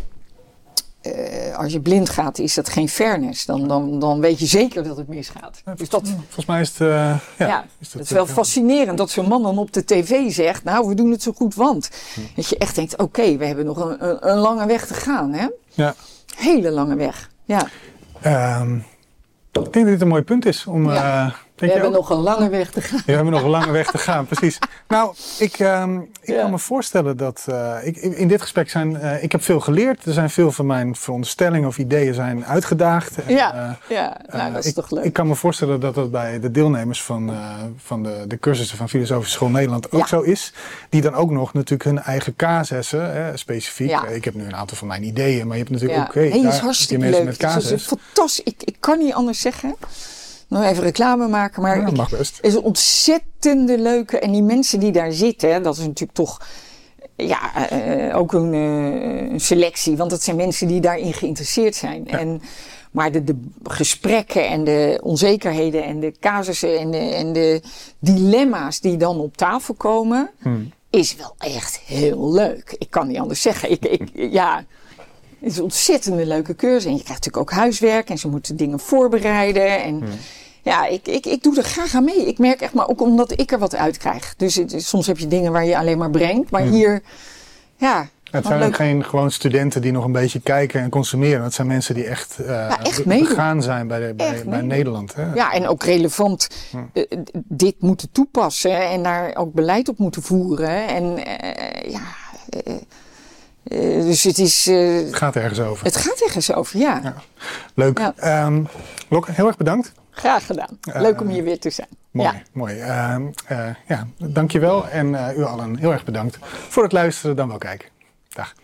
Uh, als je blind gaat, is dat geen fairness. Dan, dan, dan weet je zeker dat het misgaat. Ja, dus dat, volgens mij is het... Uh, ja, ja, is dat, het is wel uh, fascinerend dat zo'n man dan op de tv zegt... nou, we doen het zo goed, want... Hm. Dat je echt denkt, oké, okay, we hebben nog een, een, een lange weg te gaan. Hè? Ja. Hele lange weg, ja. Um, ik denk dat dit een mooi punt is om... Ja. Uh, we hebben nog een lange weg te gaan. Ja, we hebben nog een lange weg te gaan, precies. Nou, ik, um, ik ja. kan me voorstellen dat... Uh, ik, in dit gesprek zijn... Uh, ik heb veel geleerd. Er zijn veel van mijn veronderstellingen of ideeën zijn uitgedaagd. En, ja, uh, ja. Nou, dat is ik, toch leuk. Ik kan me voorstellen dat dat bij de deelnemers van, uh, van de, de cursussen van Filosofische School Nederland ook ja. zo is. Die dan ook nog natuurlijk hun eigen casussen, hè, specifiek. Ja. Ik heb nu een aantal van mijn ideeën, maar je hebt natuurlijk ja. ook... Hey, hey, daar is hartstikke leuk. Met casus. Dat is fantastisch. Ik, ik kan niet anders zeggen... Nog even reclame maken, maar ja, ik, mag best. is een ontzettende leuke. En die mensen die daar zitten, dat is natuurlijk toch ja, uh, ook een, uh, een selectie. Want het zijn mensen die daarin geïnteresseerd zijn. Ja. En, maar de, de gesprekken en de onzekerheden en de casussen en de, en de dilemma's die dan op tafel komen, hmm. is wel echt heel leuk. Ik kan niet anders zeggen. Ik, ik, ja... Het is een ontzettende leuke cursus. En je krijgt natuurlijk ook huiswerk. En ze moeten dingen voorbereiden. En hmm. ja, ik, ik, ik doe er graag aan mee. Ik merk echt maar ook omdat ik er wat uit krijg. Dus het, soms heb je dingen waar je alleen maar brengt. Maar hmm. hier, ja... Het zijn ook geen gewoon studenten die nog een beetje kijken en consumeren. Het zijn mensen die echt, uh, ja, echt begaan zijn bij, de, bij, bij Nederland. Hè? Ja, en ook relevant hmm. uh, dit moeten toepassen. En daar ook beleid op moeten voeren. En uh, ja... Uh, Uh, dus het is... Uh, het gaat ergens over. Het gaat ergens over, ja. ja. Leuk. Ja. Um, Lokke, heel erg bedankt. Graag gedaan. Leuk uh, om hier weer te zijn. Mooi, ja. mooi. Uh, uh, ja, dankjewel. En uh, u allen heel erg bedankt voor het luisteren, dan wel kijken. Dag.